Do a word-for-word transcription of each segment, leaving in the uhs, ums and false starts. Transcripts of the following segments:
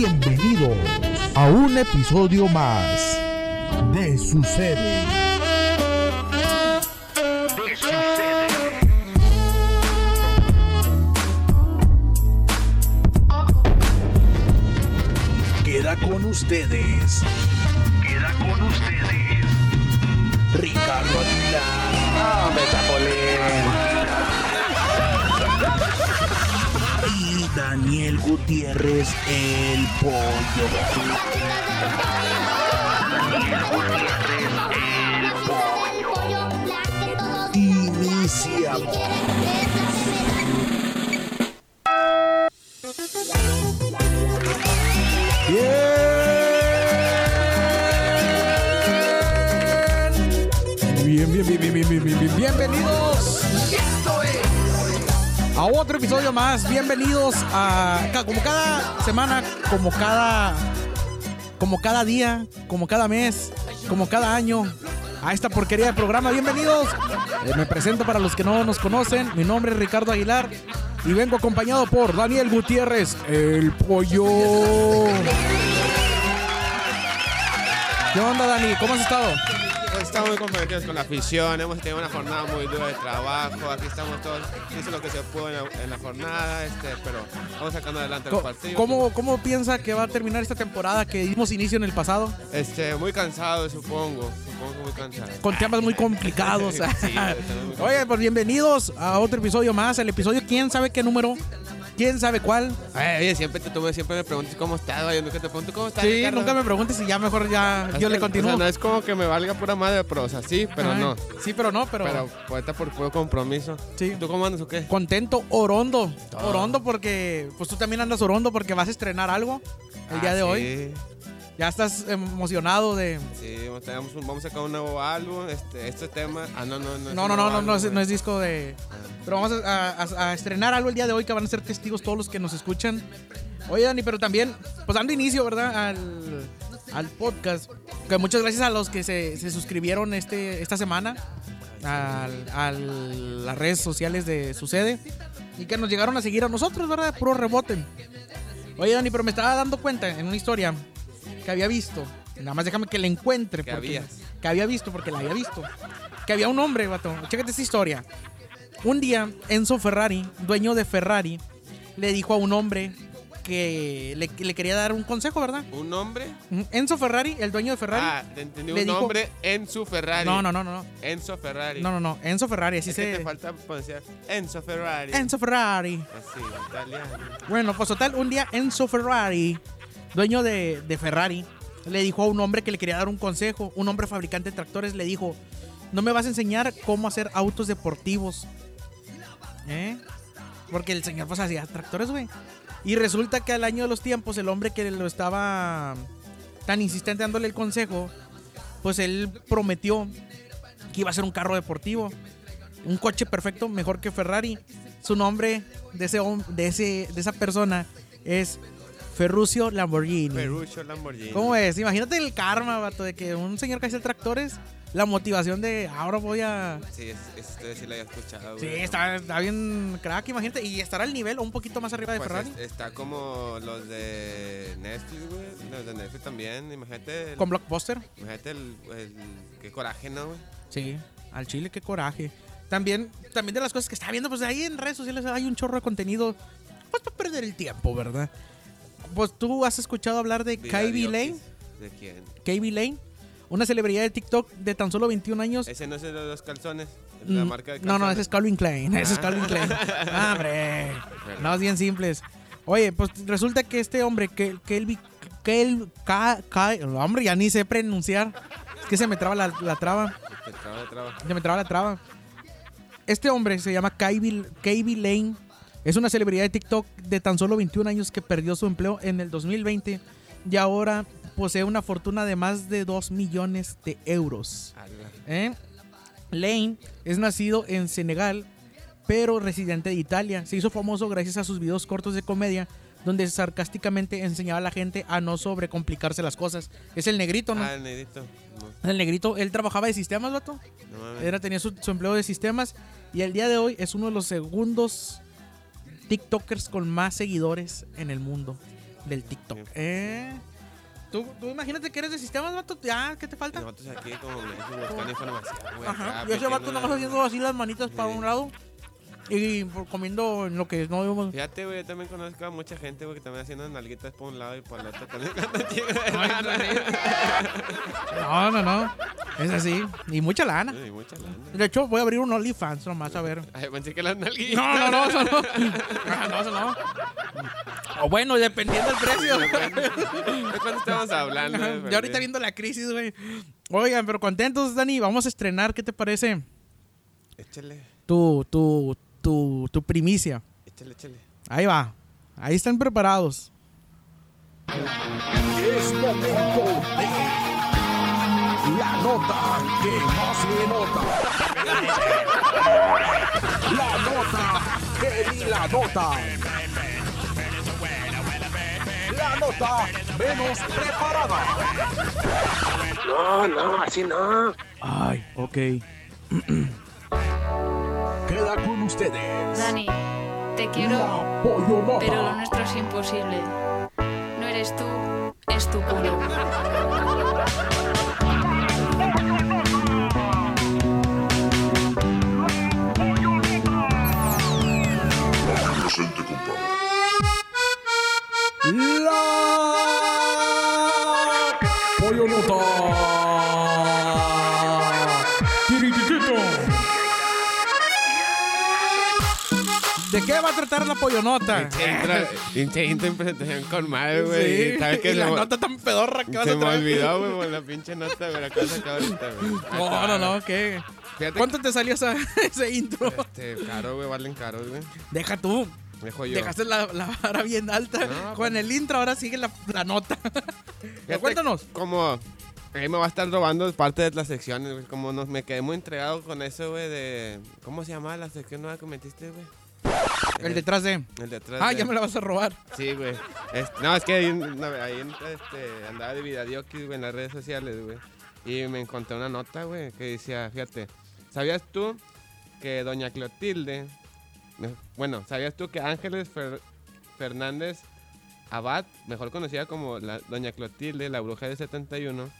Bienvenidos a un episodio más de Sucede. De Sucede. Queda con ustedes. Queda con ustedes. Ricardo Aguilar. ¡Hombre, Chapulín! Y Daniel Gutiérrez, el pollo. Daniel Gutiérrez, el pollo. Iniciamos. Bien, bien, bien, bien, bien, bien, bien, bien. Bienvenidos a otro episodio más. Bienvenidos a como cada semana, como cada como cada día, como cada mes, como cada año a esta porquería de programa. Bienvenidos. Eh, me presento para los que no nos conocen. Mi nombre es Ricardo Aguilar y vengo acompañado por Daniel Gutiérrez, el pollo. ¿Qué onda, Dani? ¿Cómo has estado? Pues estamos muy comprometidos con la afición, hemos tenido una jornada muy dura de trabajo, aquí estamos todos, hizo lo que se pudo en la, en la jornada, este, pero vamos sacando adelante los partidos. ¿Cómo, ¿Cómo piensa que va a terminar esta temporada que dimos inicio en el pasado? Este, muy cansado, supongo, supongo que muy cansado. Con temas muy complicados. Sí, muy complicados. Oye, pues bienvenidos a otro episodio más, el episodio quién sabe qué número, quién sabe cuál. Oye, oye siempre, te, tú siempre me preguntas cómo estás, oye, nunca te pregunto cómo estás. Sí, Ricardo. nunca me preguntes y ya mejor ya Es yo que, le continúo. O sea, no es como que me valga pura madre, pero o sea, sí, pero Ay, no. Sí, pero no, pero... Pero ahorita por puro compromiso. Sí. ¿Tú cómo andas o qué? Contento, orondo. Oh. Orondo porque, pues tú también andas orondo porque vas a estrenar algo el Ah, día de sí. hoy. Ya estás emocionado de... Sí, tenemos un- vamos a sacar un nuevo álbum, este, este tema... Ah, no, no, no. es No, un no, no, nuevo no, no, álbum, es, güey. no es disco de... Ah. Pero vamos a, a- a estrenar algo el día de hoy que van a ser testigos todos los que nos escuchan. Oye, Dani, pero también, pues dando inicio, ¿verdad? Al, al podcast. Que muchas gracias a los que se, se suscribieron este, esta semana al- a las redes sociales de Sucede. Y que nos llegaron a seguir a nosotros, ¿verdad? Puro rebote. Oye, Dani, pero me estaba dando cuenta en una historia que había visto. Nada más déjame que la encuentre. Que porque- habías. Que había visto, porque la había visto. Que había un hombre, vato. Chécate esta historia. Un día, Enzo Ferrari, dueño de Ferrari, le dijo a un hombre que le, que le quería dar un consejo, ¿verdad? ¿Un nombre? Ujú. Enzo Ferrari, el dueño de Ferrari. Ah, te entendí, le un dijo- nombre Enzo Ferrari. No, no, no, no, no. Enzo Ferrari. No, no, no. Enzo Ferrari, así Es se... que te falta pronunciar Enzo Ferrari. Enzo Ferrari. Así, italiano. Bueno, pues total, un día Enzo Ferrari, dueño de, de Ferrari, le dijo a un hombre que le quería dar un consejo. Un hombre fabricante de tractores le dijo: no me vas a enseñar cómo hacer autos deportivos. ¿Eh? Porque el señor pues hacía tractores, güey. Y resulta que al año de los tiempos, el hombre que lo estaba tan insistente dándole el consejo, pues él prometió que iba a ser un carro deportivo, un coche perfecto, mejor que Ferrari. Su nombre de ese hom- de ese de esa persona es Ferruccio Lamborghini. Ferruccio Lamborghini. ¿Cómo es? Imagínate el karma, vato, de que un señor que hace tractores, la motivación de ahora voy a... Sí, es, es, sí lo había escuchado. Sí, güey. está, está bien crack, imagínate. Y estará al nivel o un poquito más arriba de Pues Ferrari. es- está como los de Netflix, güey. Los de Netflix también. Imagínate. El, Con Blockbuster. imagínate el, el. Qué coraje, ¿no, güey? Sí, al chile, qué coraje. También, también de las cosas que estaba viendo, pues ahí en redes sociales hay un chorro de contenido, pues para perder el tiempo, ¿verdad? Pues tú has escuchado hablar de Vida Kay B. Diokis. Lane, ¿De quién? Kay B. Lane, una celebridad de TikTok de tan solo veintiún años. Ese no es el de los calzones. La Mm, marca de no, no, ese es Calvin Klein. Ese es Ah. Calvin Klein. Ah, hombre. Perdón. No, es bien simples. Oye, pues resulta que este hombre, que, que él, que él, ca, ca- hombre, ya ni sé pronunciar. Es que se me traba la, la traba. Te traba, te traba. Se me traba la traba. Este hombre se llama Kay B. Kay B. Lane. Es una celebridad de TikTok de tan solo veintiún años que perdió su empleo en el dos mil veinte y ahora posee una fortuna de más de dos millones de euros. Ala. ¿Eh? Lane es nacido en Senegal, pero residente de Italia. Se hizo famoso gracias a sus videos cortos de comedia, donde sarcásticamente enseñaba a la gente a no sobrecomplicarse las cosas. Es el negrito, ¿no? Ah, el negrito. No, El negrito, él trabajaba de sistemas, vato. no mames. Era, tenía su, su empleo de sistemas. Y el día de hoy es uno de los segundos TikTokers con más seguidores en el mundo. Del TikTok. Eh. ¿Tú, tú imagínate que eres de sistemas, vato. Ya, ¿qué te falta? Nosotros aquí como me dicen buscando información, güey. Ajá. acá, Yo ese vato metiendo- nada más haciendo así las manitas Sí. para un lado. Y por- comiendo en lo que no vemos. Fíjate, güey, yo también conozco a mucha gente, güey, que también haciendo nalguitas por un lado y por el otro. También No, no, no. Es así. Y mucha lana. Ay, mucha lana. De hecho, voy a abrir un OnlyFans nomás a ver. Ay, pensé que las nalguitas. No, no, no, eso no. Ah, no, eso no. O bueno, dependiendo del precio. ¿De cuánto estamos hablando? güey? Ya ahorita viendo la crisis, güey. Oigan, pero contentos, Dani. Vamos a estrenar. ¿Qué te parece? Échale, Tu, tu, tu, tu primicia. échale, échale. Ahí va. Ahí están preparados. Es momento de la nota que más se nota. La nota que ni la nota. La nota menos preparada. No, no, así no. Ay, ok. Queda con ustedes. Dani, te quiero, La Pollonota. pero lo nuestro es imposible. No eres tú, es tu culo. Presente, compadre. La Pollonota. Tirititito. ¿De qué va a tratar la pollonota? Pinche intro- Pinche intro en presentación con madre, güey. Sí. ¿Sabes qué? Y la Se me- nota tan pedorra que vas Se a me traer. olvidó, güey, por la pinche nota, güey. La cosa acaba ahorita, güey. Ahí No, está, no, no, güey. ¿qué? Fíjate ¿Cuánto te salió esa- ese intro? Este, caro, güey, valen caros, güey. Deja tú. Dejo yo. Dejaste la, la vara bien alta. No, Con el intro ahora sigue la, la nota. Pero Fíjate cuéntanos. Como ahí me va a estar robando parte de las secciones, güey. Como nos, me quedé muy entregado con eso, güey, de... ¿Cómo se llamaba la sección nueva que metiste, güey? El detrás de. El detrás Ah, de- ya me la vas a robar. Sí, güey. Es- no, es que ahí, no, ahí este, andaba de videodiokis, güey, en las redes sociales, güey. Y me encontré una nota, güey, que decía, fíjate, ¿sabías tú que doña Clotilde... me- Bueno, ¿sabías tú que Ángeles Fer- Fernández Abad, mejor conocida como la doña Clotilde, la bruja de setenta y uno,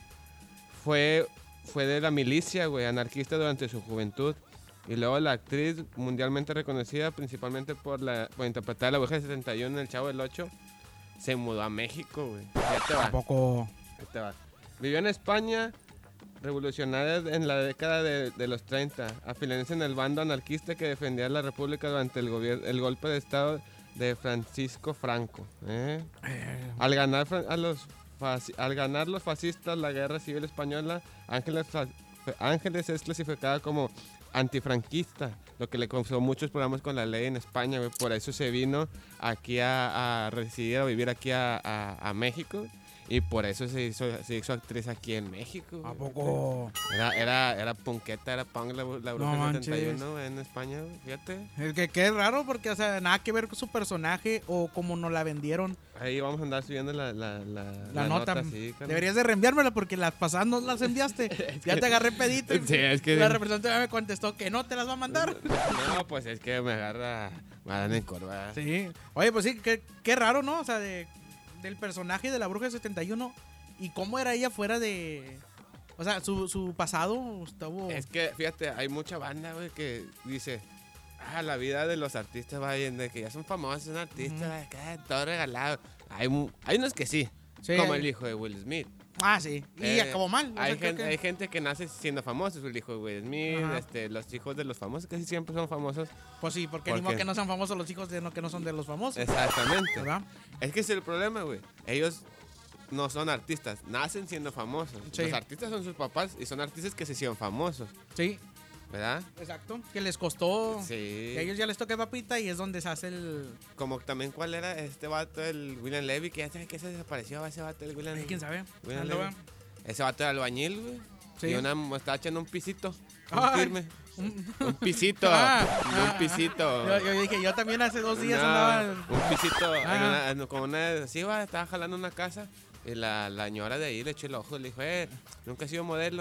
fue, fue de la milicia, güey, anarquista durante su juventud? Y luego la actriz mundialmente reconocida principalmente por, la, por interpretar a la bruja de setenta y uno en El Chavo del ocho, se mudó a México, güey. Ahí te va, Tampoco. ahí te va. Vivió en España, revolucionaria en la década de, de los treinta, afiliándose en el bando anarquista que defendía a la república durante el, gobier- el golpe de estado de Francisco Franco. ¿eh? Al ganar fran- a los fasci- al ganar los fascistas la guerra civil española, Ángeles, fa- Ángeles es clasificada como antifranquista, lo que le causó muchos problemas con la ley en España, güey. Por eso se vino aquí a, a residir, a vivir aquí a, a- a México. Y por eso se hizo, se hizo actriz aquí en México. ¿A güey. poco? Era, era, era punqueta, era punk la, la bruja No del setenta y manches. uno en España, güey. Fíjate. Es que qué raro porque, o sea, nada que ver con su personaje o como nos la vendieron. Ahí vamos a andar subiendo la, la, la, La, nota. sí, carnal. Deberías de reenviármela porque las pasadas no las enviaste. Ya te agarré pedito. y Sí, es que- La representante ya me contestó que no te las va a mandar. No, pues es que me agarra. Me dan en corva. Sí. Oye, pues sí, qué, qué raro, ¿no? O sea, de, del personaje de la bruja de setenta y uno y cómo era ella fuera de... O sea, su, su pasado estuvo... Es que, fíjate, hay mucha banda, güey, que dice. Ah, la vida de los artistas va bien, de que ya son famosos, son artistas, acá, todo regalado. Hay, mu- hay unos que sí, Sí, como hay- el hijo de Will Smith. Ah, sí. Y Eh, acabó mal. o sea, Hay creo gente, que- hay gente que nace siendo famosos, el hijo de Will Smith, Ajá. este, los hijos de los famosos casi siempre son famosos. Pues sí, porque ¿Por ni modo qué? que no sean famosos los hijos de no, que no son de los famosos. Exactamente. ¿Verdad? Es que ese es el problema, güey. Ellos no son artistas, nacen siendo famosos. Sí. Los artistas son sus papás y son artistas que se hicieron famosos, Sí, ¿verdad? exacto. Que les costó... Sí. Que a ellos ya les toca papita y es donde se hace el... Como también cuál era este vato, el William Levy, que ya sabes que se desapareció ese vato, el William Ay, ¿Quién sabe? William ¿Dónde Levy. va? Ese vato era albañil, güey. Sí. Y una muchacha en un pisito. Un Ay. firme. Un pisito. Ah, un ah, pisito. Yo, yo dije, yo también hace dos días No, andaba... Un pisito. en Ah. una- en- como una. Sí, va, estaba jalando una casa. Y la, la señora de ahí le echó el ojo. Le dijo, eh, nunca he sido modelo.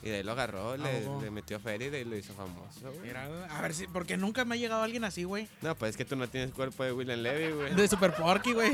Y de ahí lo agarró, le, huevo. le metió feria y de ahí lo hizo famoso, güey. Mira, a ver si, porque nunca me ha llegado alguien así, güey. No, pues es que tú no tienes cuerpo de William Levy, güey. De Super Porky, güey.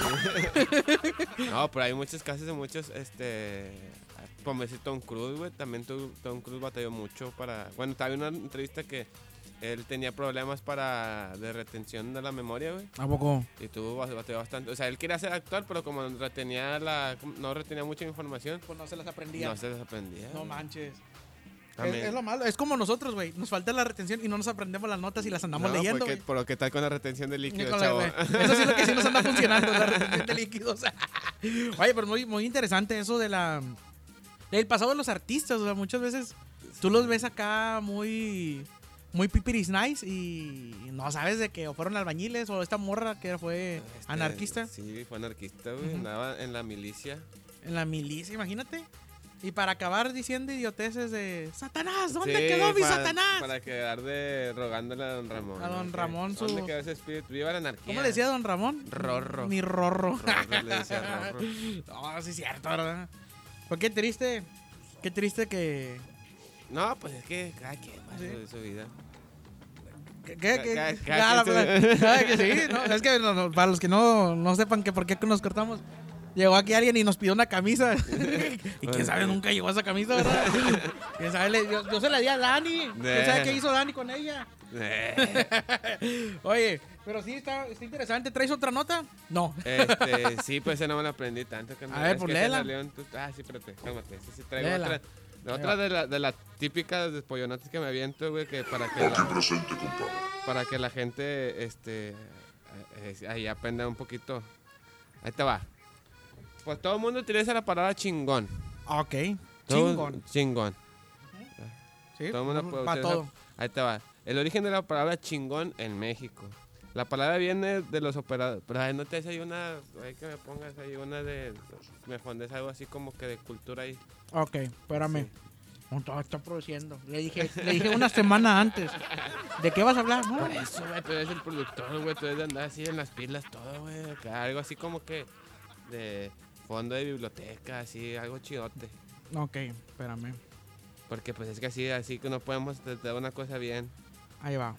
No, pero hay muchos casos de muchos, este... Como decir Tom Cruise, güey. También tu- Tom Cruise batalló mucho para... Bueno, estaba en una entrevista que él tenía problemas para de retención de la memoria, güey. ¿A poco? Y tuvo bas- batalló bastante. O sea, él quería ser actor, pero como retenía la... No retenía mucha información, Pues no se las aprendía. no se les aprendía. No güey. manches. Es, También. es lo malo. Es como nosotros, güey. Nos falta la retención y no nos aprendemos las notas y las andamos No, leyendo, porque- güey. Pero ¿qué tal con la retención de líquido, Con la- chavo? güey. Eso sí es lo que sí nos anda funcionando, la retención de líquidos. Oye, pero muy, muy interesante eso de la... del pasado de los artistas. O sea, muchas veces tú los ves acá muy... muy pipiris nice y no sabes de que o fueron albañiles o esta morra que fue Este, anarquista Sí, fue anarquista, güey. Ujú. Andaba en la milicia. en la milicia, imagínate. Y para acabar diciendo idioteces de Satanás, ¿dónde Sí, quedó mi para- Satanás? Para quedar de rogándole a don Ramón. A don ¿no? Ramón su- ¿Dónde quedó ese espíritu? Viva la anarquía. ¿Cómo le decía don Ramón? Rorro. Mi rorro. Rorro, le decía Rorro. No, sí es cierto, ¿verdad? Pues qué triste. Qué triste que. No, pues es que cada quien va Sí. su, su vida. que, que, que- Cada- cada cada- quien se- cada que sí, ¿no? Es que no, no, para los que no, no sepan que por qué nos cortamos. Llegó aquí alguien y nos pidió una camisa. Y quién sabe, nunca llegó esa camisa, ¿verdad? ¿Quién sabe? Le- yo, yo se la di a Dani. ¿Quién sabe qué hizo Dani con ella? Eh, Oye, pero sí, está, está interesante. ¿Traes otra nota? No. este, sí, pues ese no me lo aprendí tanto. Que A no- ver, es pues que se léela. salió en tu- Ah, sí, espérate, cálmate. Sí, sí, traigo Léela. otra. La otra de, la, de las típicas despollonatas que me aviento, güey, que para que la, para que la gente, este, eh, eh, ahí aprenda un poquito. Ahí te va. Pues todo el mundo utiliza la palabra chingón. Ok. Todo- Chingón. Chingón. Sí, Todo el mundo puede para utilizar- todo. Ahí te va. El origen de la palabra chingón en México. La palabra viene de los operadores. Pero ay, no te hay una. Hay que me pongas ahí una de. Me fondes algo así como que de cultura ahí. Ok, espérame. Sí. No, todo está produciendo. Le dije, le dije una semana antes. ¿De qué vas a hablar? No. Eso, güey, tú eres el productor, güey. Tú debes de andar así en las pilas, todo, güey. acá, Algo así como que. De fondo de biblioteca, así, algo chidote. Ok, espérame. Porque pues es que así, así que no podemos tratar una cosa bien. Ahí va.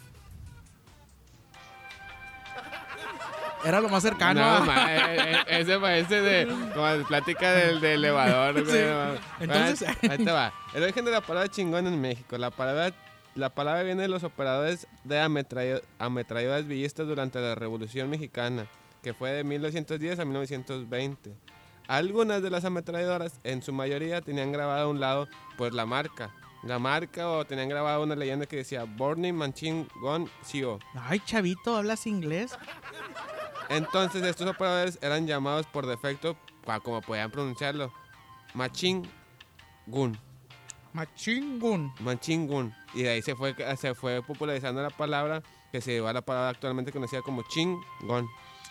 Era lo más cercano. No, a- ma, eh, eh, ese parece de como de plática del, del elevador, güey. Sí. no. Entonces- Ahí, ahí te va. El origen de la palabra chingón en México. La palabra, la palabra viene de los operadores de ametrallo- ametralladoras villistas durante la Revolución Mexicana, que fue de mil novecientos diez a mil novecientos veinte. Algunas de las ametralladoras, en su mayoría, tenían grabada a un lado, pues la marca. La marca o tenían grabada una leyenda que decía Burning Machine Gun C O. Ay, chavito, ¿hablas inglés? Entonces estos operadores eran llamados por defecto, pa- como podían pronunciarlo, Machine Gun, Machingun. Machine Gun. Y de ahí se fue, se fue popularizando la palabra que se llevó a la palabra actualmente conocida como chingón.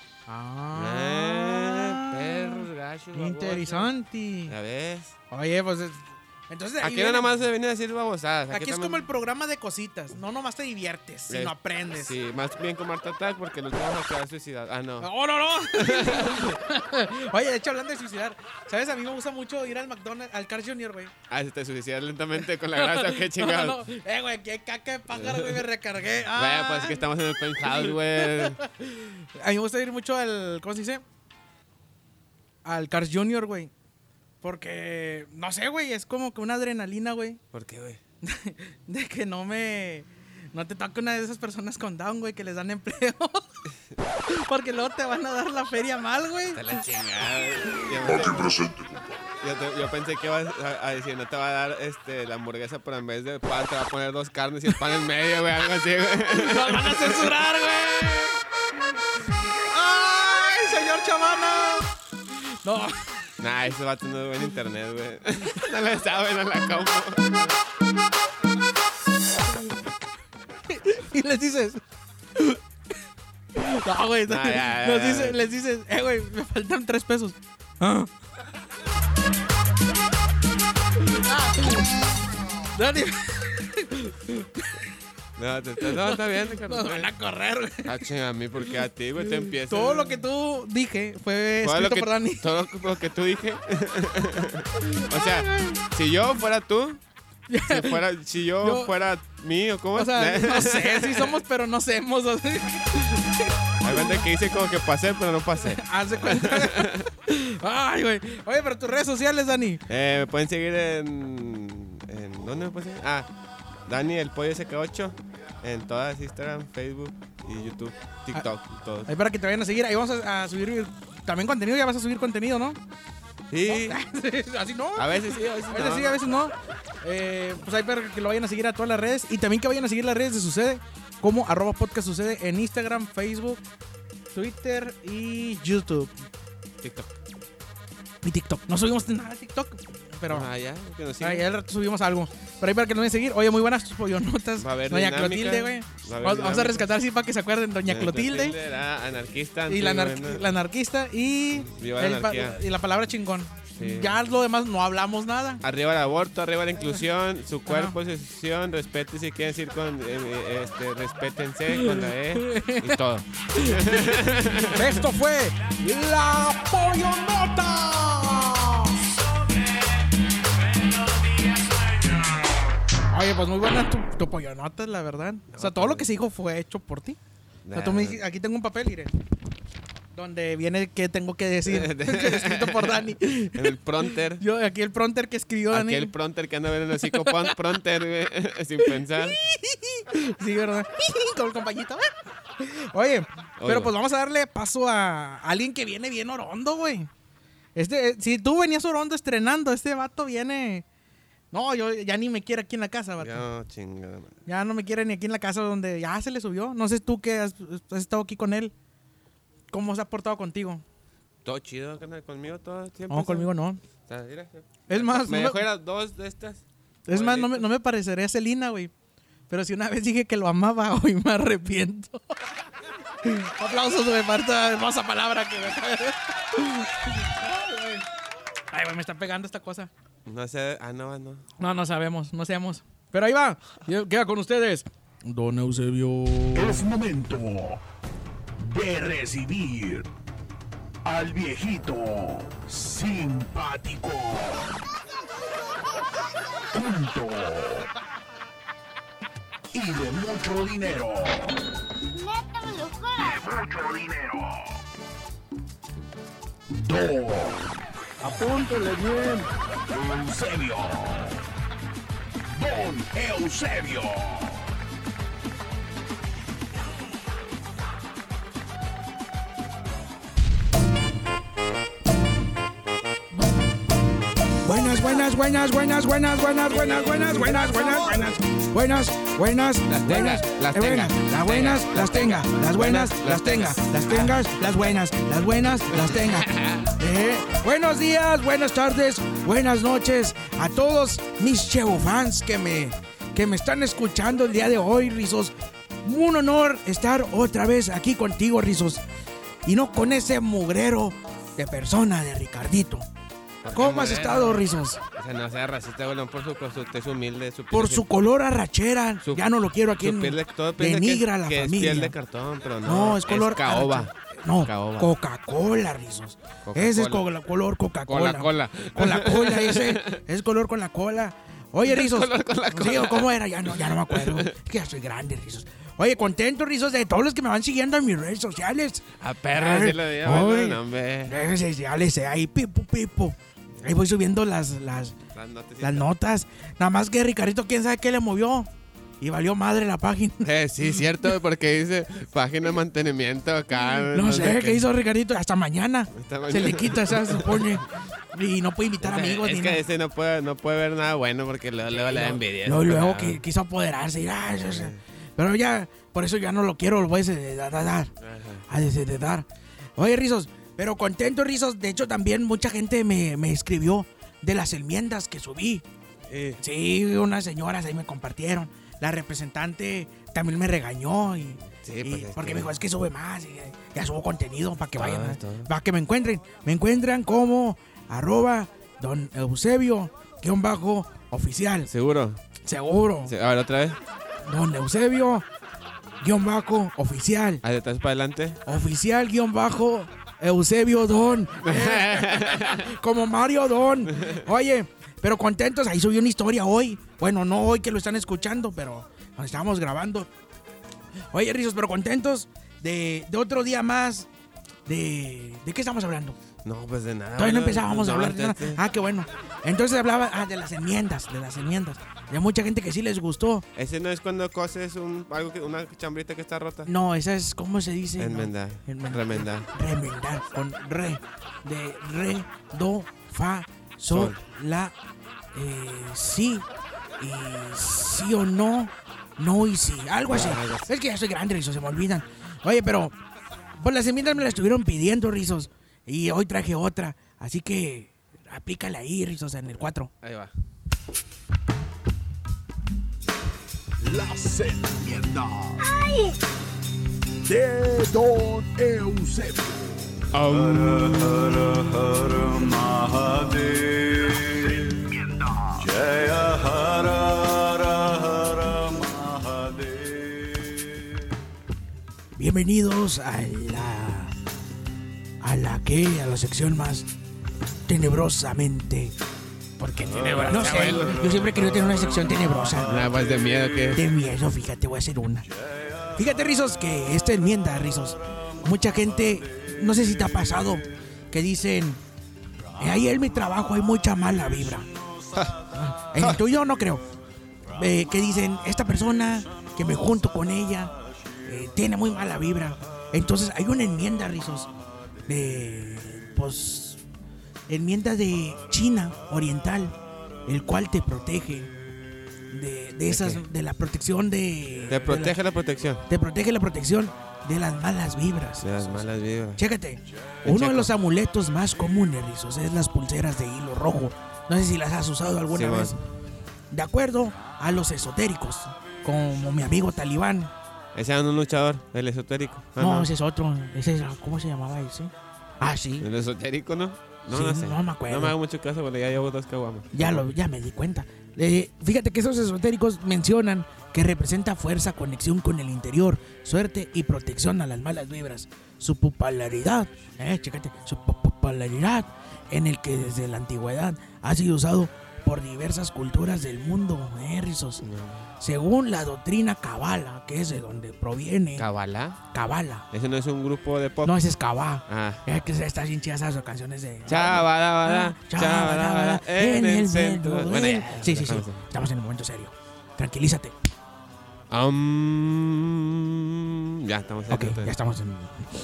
Ah, Ah, perros, gachos, babosos. interesante. ¿Ya ves? Oye, pues es- entonces ahí Aquí no viene- nada más se viene a decir babosadas. Aquí es también- como el programa de cositas. No nomás te diviertes, sino Es- aprendes. Sí, más bien con Marta Attack porque los vamos a quedar suicidados. Ah, no. ¡No, no, no! Oye, de hecho, hablando de suicidar, ¿sabes? A mí me gusta mucho ir al McDonald's, al Carl's junior, güey. Ah, si te suicidas lentamente con la grasa, qué No, chingados. no. Eh, güey, qué caca de pájaro, güey, me recargué. Ah. Vaya, pues es que estamos en el penthouse, güey. A mí me gusta ir mucho al, ¿cómo se dice? Al Carl's junior, güey. Porque, no sé, güey, es como que una adrenalina, güey. ¿Por qué, güey? De que no me... No te toque una de esas personas con Down, güey, que les dan empleo. Porque luego te van a dar la feria mal, güey. Está la chingada, güey. Yo pensé, yo, te- yo pensé que ibas a, a decir, no te va a dar este, la hamburguesa, pero en vez de pan te va a poner dos carnes y el pan en medio, güey, algo así, güey. ¡Nos van a censurar, güey! ¡Ay, señor Chavana! No. Nah, eso va a tener buen internet, güey. No le saben a la compu. Y les dices... No, güey. No, ya, ya, nos ya. dice- les dices, eh, güey, me faltan tres pesos. Ah. Ah. Dani, No, te, te- no, está bien, Ricardo. nos van a correr, güey. Ah, chinga, a mí, porque a ti, güey, te empieza. Todo lo que tú dije fue Todo escrito lo que, por Dani. todo lo que tú dije. O sea, si yo fuera tú, Si, fuera, si yo, Yo- fuera mío, ¿cómo? O sea, no sé si somos, pero no hacemos. O sea, Hay gente que dice como que pasé, pero no pasé. Hace cuenta. Ay, güey. Oye, pero tus redes sociales, Dani. Eh, me pueden seguir en, en... ¿Dónde me pueden seguir? Ah, Dani el Pollo S K ocho. En todas, Instagram, Facebook y YouTube, TikTok, y todo. Ahí para que te vayan a seguir. Ahí vamos a, a subir también contenido. Ya vas a subir contenido, ¿no? Sí, Así no. a veces sí, a veces A veces no. sí, a veces no. Eh, pues ahí para que lo vayan a seguir a todas las redes. Y también que vayan a seguir las redes de Sucede. Como arroba podcast sucede en Instagram, Facebook, Twitter y YouTube. TikTok. Y TikTok. No subimos nada de TikTok. Pero Ah, ya, que nos ahí sigan. al rato subimos algo. Pero ahí para que nos vayan a seguir. Oye, muy buenas tus pollonotas. Va a haber Doña dinámica, Clotilde, güey. va a haber Vamos, vamos a dinámica. rescatar así para que se acuerden. Doña Clotilde. Era anarquista. Y la, anar- antigua, ¿no? la anarquista y, Viva la el pa- anarquía. y la palabra chingón. Sí. Ya lo demás no hablamos nada. Arriba el aborto, arriba la inclusión, su cuerpo, su decisión, respete si quieren decir con, eh, eh, este, respétense con la E y todo. Esto fue La Pollonota. Oye, pues muy buena tu, tu pollonota, la verdad. O sea, todo lo que se dijo fue hecho por ti. O sea, tú me dijiste- aquí tengo un papel, mire, donde viene qué tengo que decir. Escrito por Dani. En el pronter. Yo, aquí el pronter que escribió Dani. Aquel pronter que anda viendo el hocico pon- pronter, güey, sin pensar. Sí, ¿verdad? Con el compañito. Oye, pero pues vamos a darle paso a alguien que viene bien orondo, güey. Este, eh, si tú venías orondo estrenando, este vato viene... No, yo ya ni me quiere aquí en la casa, vato. Ya, No, chingada madre. no me quiere ni aquí en la casa donde ya se le subió. No sé tú que has, has estado aquí con él. ¿Cómo se ha portado contigo? Todo chido, carnal, conmigo todo siempre. No, conmigo no. O sea, mira, Es más, me no dejó me, ir a dos de estas. es más, no me, no me parecería Celina, güey. Pero si una vez dije que lo amaba, hoy me arrepiento. Aplausos, güey, para esta hermosa palabra que me acaba de- Ay, güey, me está pegando esta cosa. No sé, ah, no, no. No, no sabemos, no seamos. Pero ahí va. Y queda con ustedes. Don Eusebio. Es momento de recibir al viejito simpático. Punto. Y de mucho dinero. De mucho dinero. Don. Apúntele bien. Eusebio. Don Eusebio. Buenas, buenas, buenas, buenas, buenas, buenas, buenas, buenas, buenas, buenas, buenas, buenas, buenas, Las buenas, tenga, las eh, tenga, buenas, las buenas, las tenga, las buenas, las tenga, las tengas, las buenas, las buenas, las tenga. Eh, buenos días, buenas tardes, buenas noches a todos mis Chevo fans que me, que me están escuchando el día de hoy, Rizos. Un honor estar otra vez aquí contigo, Rizos. Y no con ese mugrero de persona de Ricardito. ¿Cómo has estado, Rizos? O sea, no sea racista, güey, no por su, por su tez humilde. Su Por piel- su color arrachera. su- Ya no lo quiero aquí su en... piel de, todo piensa Denigra a que, la que familia. es piel de cartón, pero no. No, es color... caoba. arracha- No, Caoba. Coca-Cola, Rizos. Coca-Cola. Ese es co- color Coca-Cola. Con la cola. Con la cola, ese es color con la cola. Oye, Rizos. Color con la Sí, cola. ¿cómo era? Ya no, ya no me acuerdo. Es que ya soy grande, Rizos. Oye, contento, Rizos, de todos los que me van siguiendo en mis redes sociales. A perro, sí lo digo, Ay, bueno, no, hombre. redes sociales, eh, ahí, pipo, pipo. Ahí voy subiendo las, las, Las noticias. las notas. Nada más que Ricardito, quién sabe qué le movió. Y valió madre la página. Eh, sí, cierto, porque dice página de mantenimiento acá. No sé qué hizo Ricardito. Hasta mañana. Hasta Se mañana. le quita, se supone. Y no puede invitar O sea, amigos es ni que nada. ese no puede, no puede ver nada bueno porque luego, luego le da envidia. Luego, luego Ah. que quiso apoderarse. Y, ah, eso, eso. Pero ya, por eso ya no lo quiero. Lo voy a desheredar. Ajá. A desheredar. Oye, Rizos, pero contento, Rizos. De hecho, también mucha gente me, me escribió de las enmiendas que subí. Eh, Sí, unas señoras ahí me compartieron. La representante también me regañó. Y, Sí, y- pues es porque que- me dijo, es que sube más. Y ya subo contenido para que Todo, vayan. a- todo. Para que me encuentren. Me encuentran como arroba don Eusebio guión bajo oficial. ¿Seguro? Seguro. Sí, a ver, otra vez. Don Eusebio guión bajo oficial. Ahí detrás para adelante. Oficial guión bajo Eusebio Don. Como Mario Don. Oye, Pero contentos, ahí subí una historia hoy. Bueno, no hoy que lo están escuchando, pero cuando estábamos grabando. Oye, Rizos, pero contentos de, de otro día más. De, ¿De qué estamos hablando? No, pues de nada. Todavía no güey. empezábamos a No, hablar de nada. entonces- Ah, qué bueno. Entonces hablaba ah, de las enmiendas, de las enmiendas. De mucha gente que sí les gustó. Ese no es cuando coses un, algo que, una chambrita que está rota. No, esa es, ¿cómo se dice? Enmendar. Enmendar. Remendar. Remendar con re. De re, do, fa, sol, Sol. la, eh, sí. Y sí o no, no y sí. Algo así. Algo así. Es que ya soy grande, Rizos, se me olvidan. Oye, pero pues las enmiendas me las estuvieron pidiendo, Rizos. Y hoy traje otra. Así que aplícala ahí, Rizos, en el cuatro. Ahí va. Las enmiendas de Don Eusebio. Bienvenidos a la. A la que, a la sección más tenebrosamente. Porque tenebrosa. No sé, yo siempre he querido tener una sección tenebrosa. Nada más de miedo que. De miedo, fíjate, voy a hacer una. Fíjate, Rizos, que esta enmienda, Rizos, mucha gente, no sé si te ha pasado, que dicen, "Eh, ahí en mi trabajo hay mucha mala vibra. En el tuyo no creo. Eh, que dicen, esta persona que me junto con ella eh, tiene muy mala vibra. Entonces hay una enmienda, Rizos, de, pues, enmienda de China oriental, el cual te protege de, de esas, qué? de la protección de... Te de protege la- la protección te protege la protección de las malas vibras. de las Rizos. malas vibras. Chécate, En uno de checo. los amuletos más comunes, Rizos, es las pulseras de hilo rojo. No sé si las has usado alguna Sí, man. vez. De acuerdo a los esotéricos, como mi amigo Talibán. Ese era un luchador, el esotérico. Ah, No, ese es otro. Ese es, ¿cómo se llamaba ese? Ah, sí. El esotérico, ¿no? No, Sí, no sé. no me acuerdo. No me hago mucho caso porque ya llevo dos caguamas. Ya, lo, ya me di cuenta. Eh, fíjate que esos esotéricos mencionan que representa fuerza, conexión con el interior, suerte y protección a las malas vibras. Su popularidad, eh, chécate, su po- popularidad en el que desde la antigüedad ha sido usado por diversas culturas del mundo, eh, Rizos. Según la doctrina Kabbalah, que es de donde proviene. ¿Kabbalah? Kabbalah. Ese no es un grupo de pop. No, ese es Kabbalah. Ah. Es que están bien chidas esas canciones de. Chabada, Ah, chabada, en el centro. del- Bueno, ya, sí, sí, sí. dejamos. Estamos en un momento serio. Tranquilízate. Um, ya estamos Ok, ya estamos en.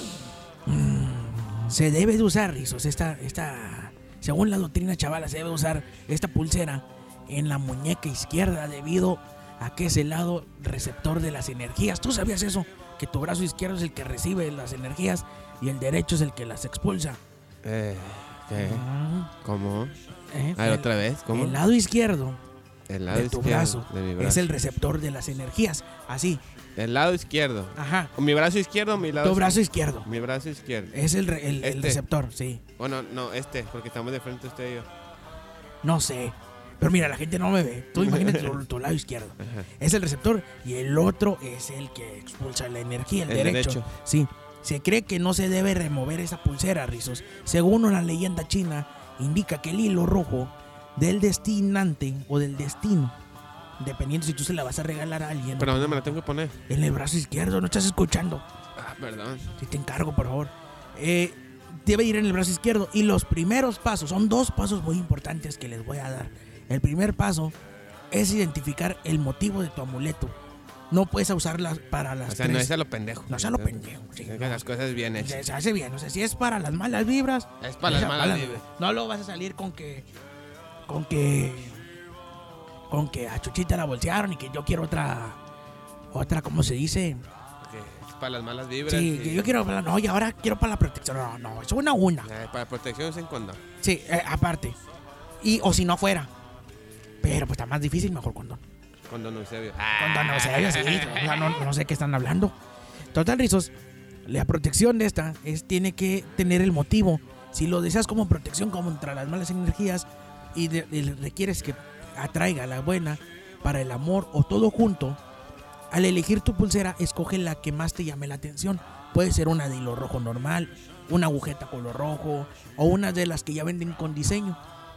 Mm, se debe de usar, Rizos, esta, esta. Según la doctrina chavala, se debe usar esta pulsera en la muñeca izquierda debido a que es el lado receptor de las energías. ¿Tú sabías eso? Que tu brazo izquierdo es el que recibe las energías y el derecho es el que las expulsa. Eh, ¿qué? Ah, ¿Cómo? ¿eh? A ver, El- otra vez, ¿cómo? El lado izquierdo El lado de tu izquierdo brazo, de mi brazo. es el receptor de las energías. Así, El lado izquierdo. ajá. ¿O mi brazo izquierdo o mi lado Tu brazo izquierdo Mi brazo izquierdo. es el, re- el- el Este. receptor, sí. Bueno, no, este, porque estamos de frente usted y yo. No sé. Pero mira, la gente no me ve. Tú imagínate tu, tu lado izquierdo. Ajá. Es el receptor y el otro es el que expulsa la energía, el, El derecho. derecho. Sí. Se cree que no se debe remover esa pulsera, Rizos. Según una leyenda china, indica que el hilo rojo del destinante o del destino, dependiendo si tú se la vas a regalar a alguien, Pero ¿dónde me la tengo que poner? en el brazo izquierdo, no estás escuchando. Ah, perdón. Si te encargo, por favor. Eh, debe ir en el brazo izquierdo. Y los primeros pasos, son dos pasos muy importantes que les voy a dar. El primer paso es identificar el motivo de tu amuleto. No puedes usarla para las O sea, no tres. es a lo pendejo. No es a lo pendejo, sí, Es que no. las cosas bien Se, hechas. se hace bien. O sea, si es para las malas vibras. Es para las a malas vibras. No lo vas a salir con que. Con que. Con que a Chuchita la bolsearon y que yo quiero otra. Otra, ¿cómo se dice? Que es para las malas vibras. Sí, y- que yo quiero. No, y ahora quiero para la protección. No, no, es una a una. Eh, para protección sin condón. Sí, eh, aparte. Y, o si no fuera. Pero pues está más difícil, mejor condón. Condón Eusebio. Condón, no sé, sí, o sea, no, no sé qué están hablando. Total, Rizos, la protección de esta es, tiene que tener el motivo. Si lo deseas como protección contra las malas energías y, de- y requieres que atraiga la buena para el amor o todo junto, al elegir tu pulsera, escoge la que más te llame la atención. Puede ser una de hilo rojo normal, una agujeta color rojo o una de las que ya venden con diseño.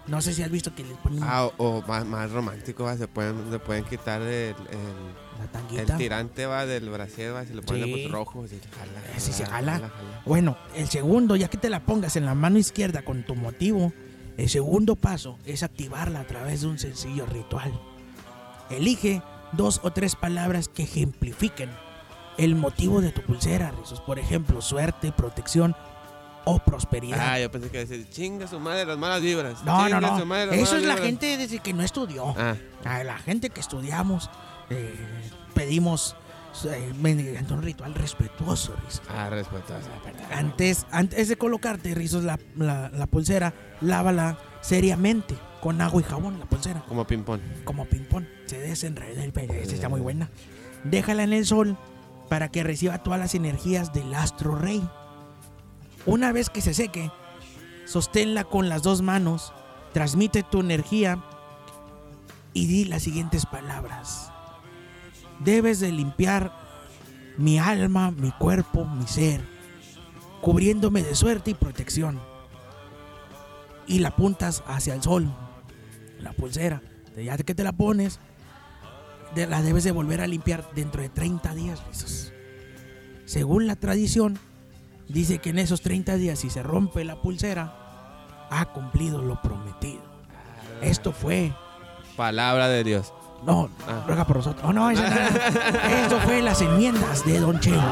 No sé si has visto que les ponen Ah, o, o más, más romántico, va, se pueden, se pueden quitar el, el, la el tanguita. tirante, va, del brasier, va, se le pone Sí. pues, rojo, se jala. Eh, sí se jala. jala, jala. Bueno, el segundo, ya que te la pongas en la mano izquierda con tu motivo, el segundo paso es activarla a través de un sencillo ritual. Elige dos o tres palabras que ejemplifiquen el motivo de tu pulsera, Rizos. Por ejemplo, suerte, protección o prosperidad. Ah, yo pensé que iba a decir, chinga su madre las malas vibras. no, no, chinga no. su madre las Eso malas es la vibras". gente desde que no estudió. Ah, A la gente que estudiamos, eh, pedimos eh, mediante un ritual respetuoso, Rizos. ah, respetuosa, perdón. Antes, antes de colocarte, Rizos, la, la, la pulsera, lávala seriamente con agua y jabón, la pulsera, Como ping-pong. como ping-pong. Se desenreda el pelo. Esta está muy buena. Déjala en el sol para que reciba todas las energías del astro rey. Una vez que se seque, sosténla con las dos manos, transmite tu energía y di las siguientes palabras. Debes de limpiar mi alma, mi cuerpo, mi ser, cubriéndome de suerte y protección. Y la apuntas hacia el sol, la pulsera. Ya que te la pones, de- la debes de volver a limpiar dentro de treinta días, Rizos. Según la tradición, dice que en esos treinta días, si se rompe la pulsera, ha cumplido lo prometido. Esto fue... Palabra de Dios. No, Ah. ruega por nosotros. Oh, no, esa no. Esto fue las enmiendas de Don Cheo.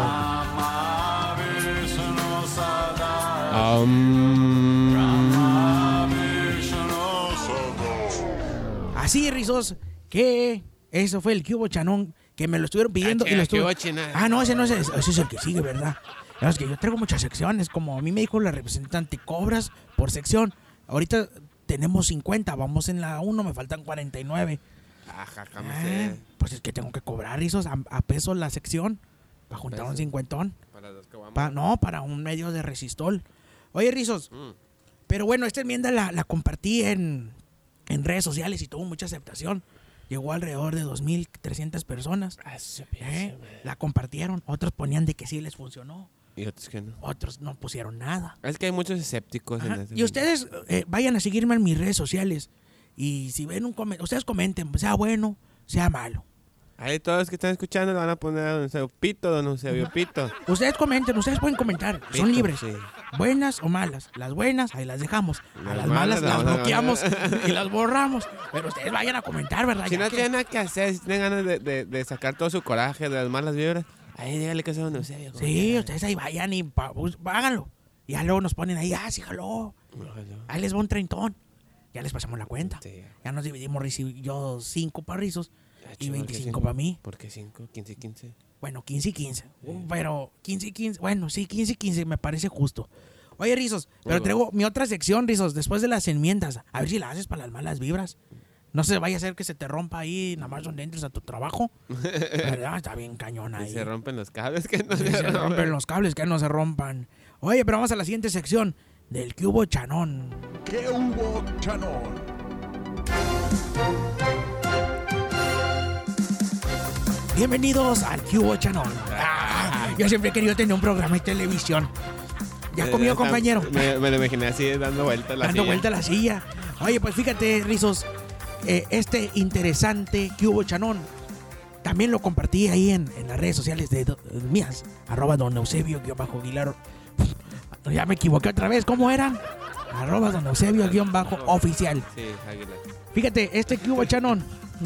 Um, Así, Rizos, que eso fue el que hubo Chanón, que me lo estuvieron pidiendo. Ah, y lo que estuve... hubo China. Ah, no, ese no es, el- ese es el que sigue, ¿verdad? Es que yo traigo muchas secciones, como a mí me dijo la representante, cobras por sección. Ahorita tenemos cincuenta, vamos en la uno, me faltan cuarenta y nueve. Ajá, Ah, cámese. pues es que tengo que cobrar, Rizos, a, a peso la sección, para juntar un Peso. cincuentón. Para los que vamos. Pa- no, para un medio de resistol. Oye, Rizos, Mm. pero bueno, esta enmienda la, la compartí en, en redes sociales y tuvo mucha aceptación. Llegó alrededor de dos mil trescientas personas. Ah, su ¿eh? pinche La compartieron. Otros ponían de que sí les funcionó. Y otros que no. Otros no pusieron nada. Es que hay muchos escépticos en Ajá. este Y ustedes eh, vayan a seguirme en mis redes sociales. Y si ven un comentario, ustedes comenten, sea bueno, sea malo. Ahí todos que están escuchando le van a poner a Don Eusebio Pito, Don Eusebio Pito. Ustedes comenten, ustedes pueden comentar. Pito, Son libres. sí. Buenas o malas. Las buenas, ahí las dejamos. A Las las malas malas, las las malas. bloqueamos y las borramos. Pero ustedes vayan a comentar, ¿verdad? Si Ya no que- tienen nada que hacer, si tienen ganas de, de, de sacar todo su coraje de las malas vibras, ahí dígale que es Don Eusebio. como Sí, quiera. ustedes ahí vayan y pa- pues, háganlo. Y ya luego nos ponen ahí, ah, sí, jaló. Ojalá. Ahí les va un treintón. Ya les pasamos la cuenta. Sí. Ya nos dividimos, recibí yo cinco para Rizos Ah, y chido, veinticinco ¿por qué para mí. ¿Por qué cinco? quince y quince. Bueno, quince y quince. Uh, Pero quince y quince, bueno, sí, quince y quince me parece justo. Oye, Rizos, pero Bueno. traigo mi otra sección, Rizos, después de las enmiendas. A ver si la haces para las malas vibras. No se vaya a hacer que se te rompa ahí nada más donde entres a tu trabajo. ¿Verdad? Está bien cañón Y ahí. se rompen los cables que no Y se, se rompen. rompen los cables, que no se rompan. Oye, pero vamos a la siguiente sección del que hubo Chanón. ¿Qué hubo, Chanón? Bienvenidos al que hubo Chanón. Ah, yo siempre he querido tener un programa de televisión. ¿Ya Eh, comió, está- compañero? Me, me lo imaginé así, dando vueltas la Dando silla. vuelta a la silla. Oye, pues fíjate, Rizos, eh, este interesante que hubo Chanón, también lo compartí ahí en, en las redes sociales de, do- de mías, arroba don Eusebio guión bajo Aguilar. Ya me equivoqué otra vez, ¿cómo eran? Arroba don Eusebio guión bajo oficial. Sí, Águila. Fíjate, este que hubo Chanón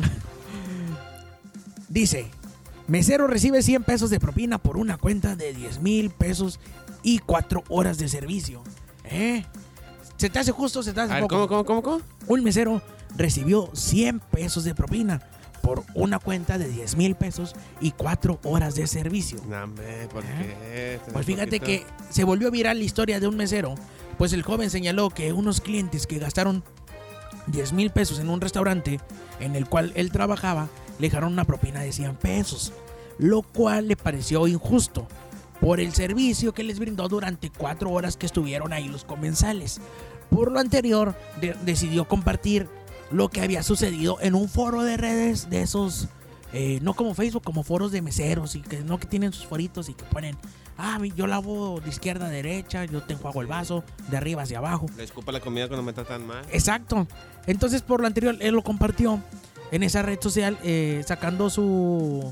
dice: mesero recibe cien pesos de propina por una cuenta de diez mil pesos y cuatro horas de servicio. ¿Eh? ¿Se te hace justo o se te hace A ver, poco? ¿cómo, cómo, cómo, cómo? Un mesero recibió cien pesos de propina por una cuenta de diez mil pesos y cuatro horas de servicio. No, hombre, ¿por qué? Este es Pues un fíjate poquito- que se volvió viral la historia de un mesero, pues el joven señaló que unos clientes que gastaron diez mil pesos en un restaurante en el cual él trabajaba le dejaron una propina de cien pesos, lo cual le pareció injusto por el servicio que les brindó durante cuatro horas que estuvieron ahí los comensales. Por lo anterior, de- decidió compartir lo que había sucedido en un foro de redes de esos, eh, no como Facebook, como foros de meseros y que no que tienen sus foritos y que ponen ah, mi- yo lavo de izquierda a derecha, yo te enjuago el vaso, de arriba hacia abajo. Le escupa la comida cuando me tratan mal. Exacto. Entonces, por lo anterior, él lo compartió en esa red social, eh, sacando su...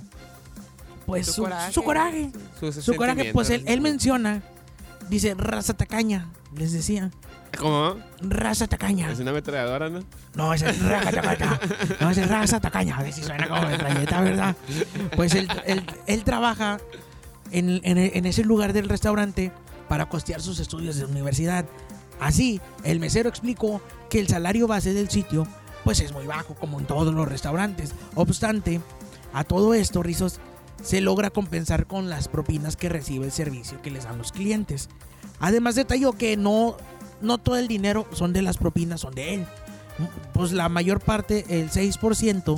Pues su, Su coraje. su coraje. Sus Su coraje, pues él, él sentimientos. menciona, dice, raza tacaña, les decía, ¿Cómo? raza tacaña. Es una ametralladora, ¿no? No, ese es raza tacaña. No, ese es raza tacaña. A ver si suena como metralleta, ¿verdad? Pues él, él, él trabaja en, en, en ese lugar del restaurante para costear sus estudios de universidad. Así, el mesero explicó que el salario base del sitio pues es muy bajo, como en todos los restaurantes. Obstante, a todo esto, Rizos, se logra compensar con las propinas que recibe el servicio que les dan los clientes. Además, detalló que no, no todo el dinero son de las propinas, son de él. Pues la mayor parte, el seis por ciento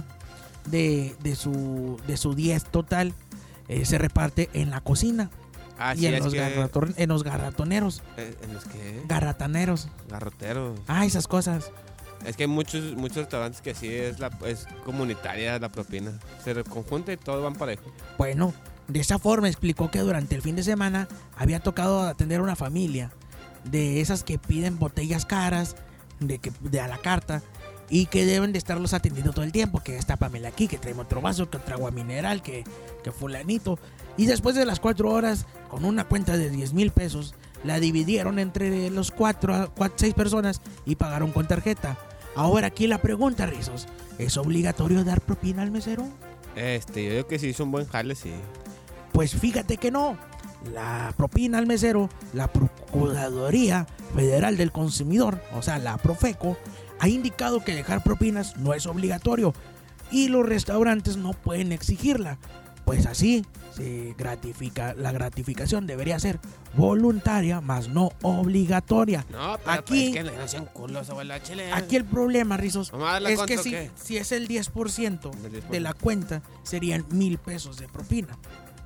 de, de, su, de su diez total, eh, se reparte en la cocina. Ah, y sí, en, es los que... garraton- en los garratoneros, eh, ¿En los qué? garrataneros. Garroteros. Ah, esas cosas. Es que hay muchos, muchos restaurantes que sí es, la, es comunitaria la propina. Se conjunta y todos van parejo. Bueno, de esa forma explicó que durante el fin de semana había tocado atender a una familia de esas que piden botellas caras, de, que, de a la carta, y que deben de estarlos atendiendo todo el tiempo, que está Pamela aquí, que trae otro vaso, que otra agua mineral, que, que fulanito. Y después de las cuatro horas, con una cuenta de diez mil pesos, la dividieron entre los cuatro, cuatro, seis personas y pagaron con tarjeta. Ahora aquí la pregunta, Rizos, ¿es obligatorio dar propina al mesero? Este, yo digo que sí hizo un buen jale, sí. Pues fíjate que no. La propina al mesero, la Procuraduría Federal del Consumidor, o sea, la Profeco, ha indicado que dejar propinas no es obligatorio y los restaurantes no pueden exigirla. Pues así se gratifica, la gratificación debería ser voluntaria, más no obligatoria. No, pero Aquí- pues es que no sean culos, abuela, chile. Aquí el problema, Rizos, ¿Vamos a darle es contra que o si, qué? si es el diez por ciento El diez por ciento. de la cuenta, serían mil pesos de propina.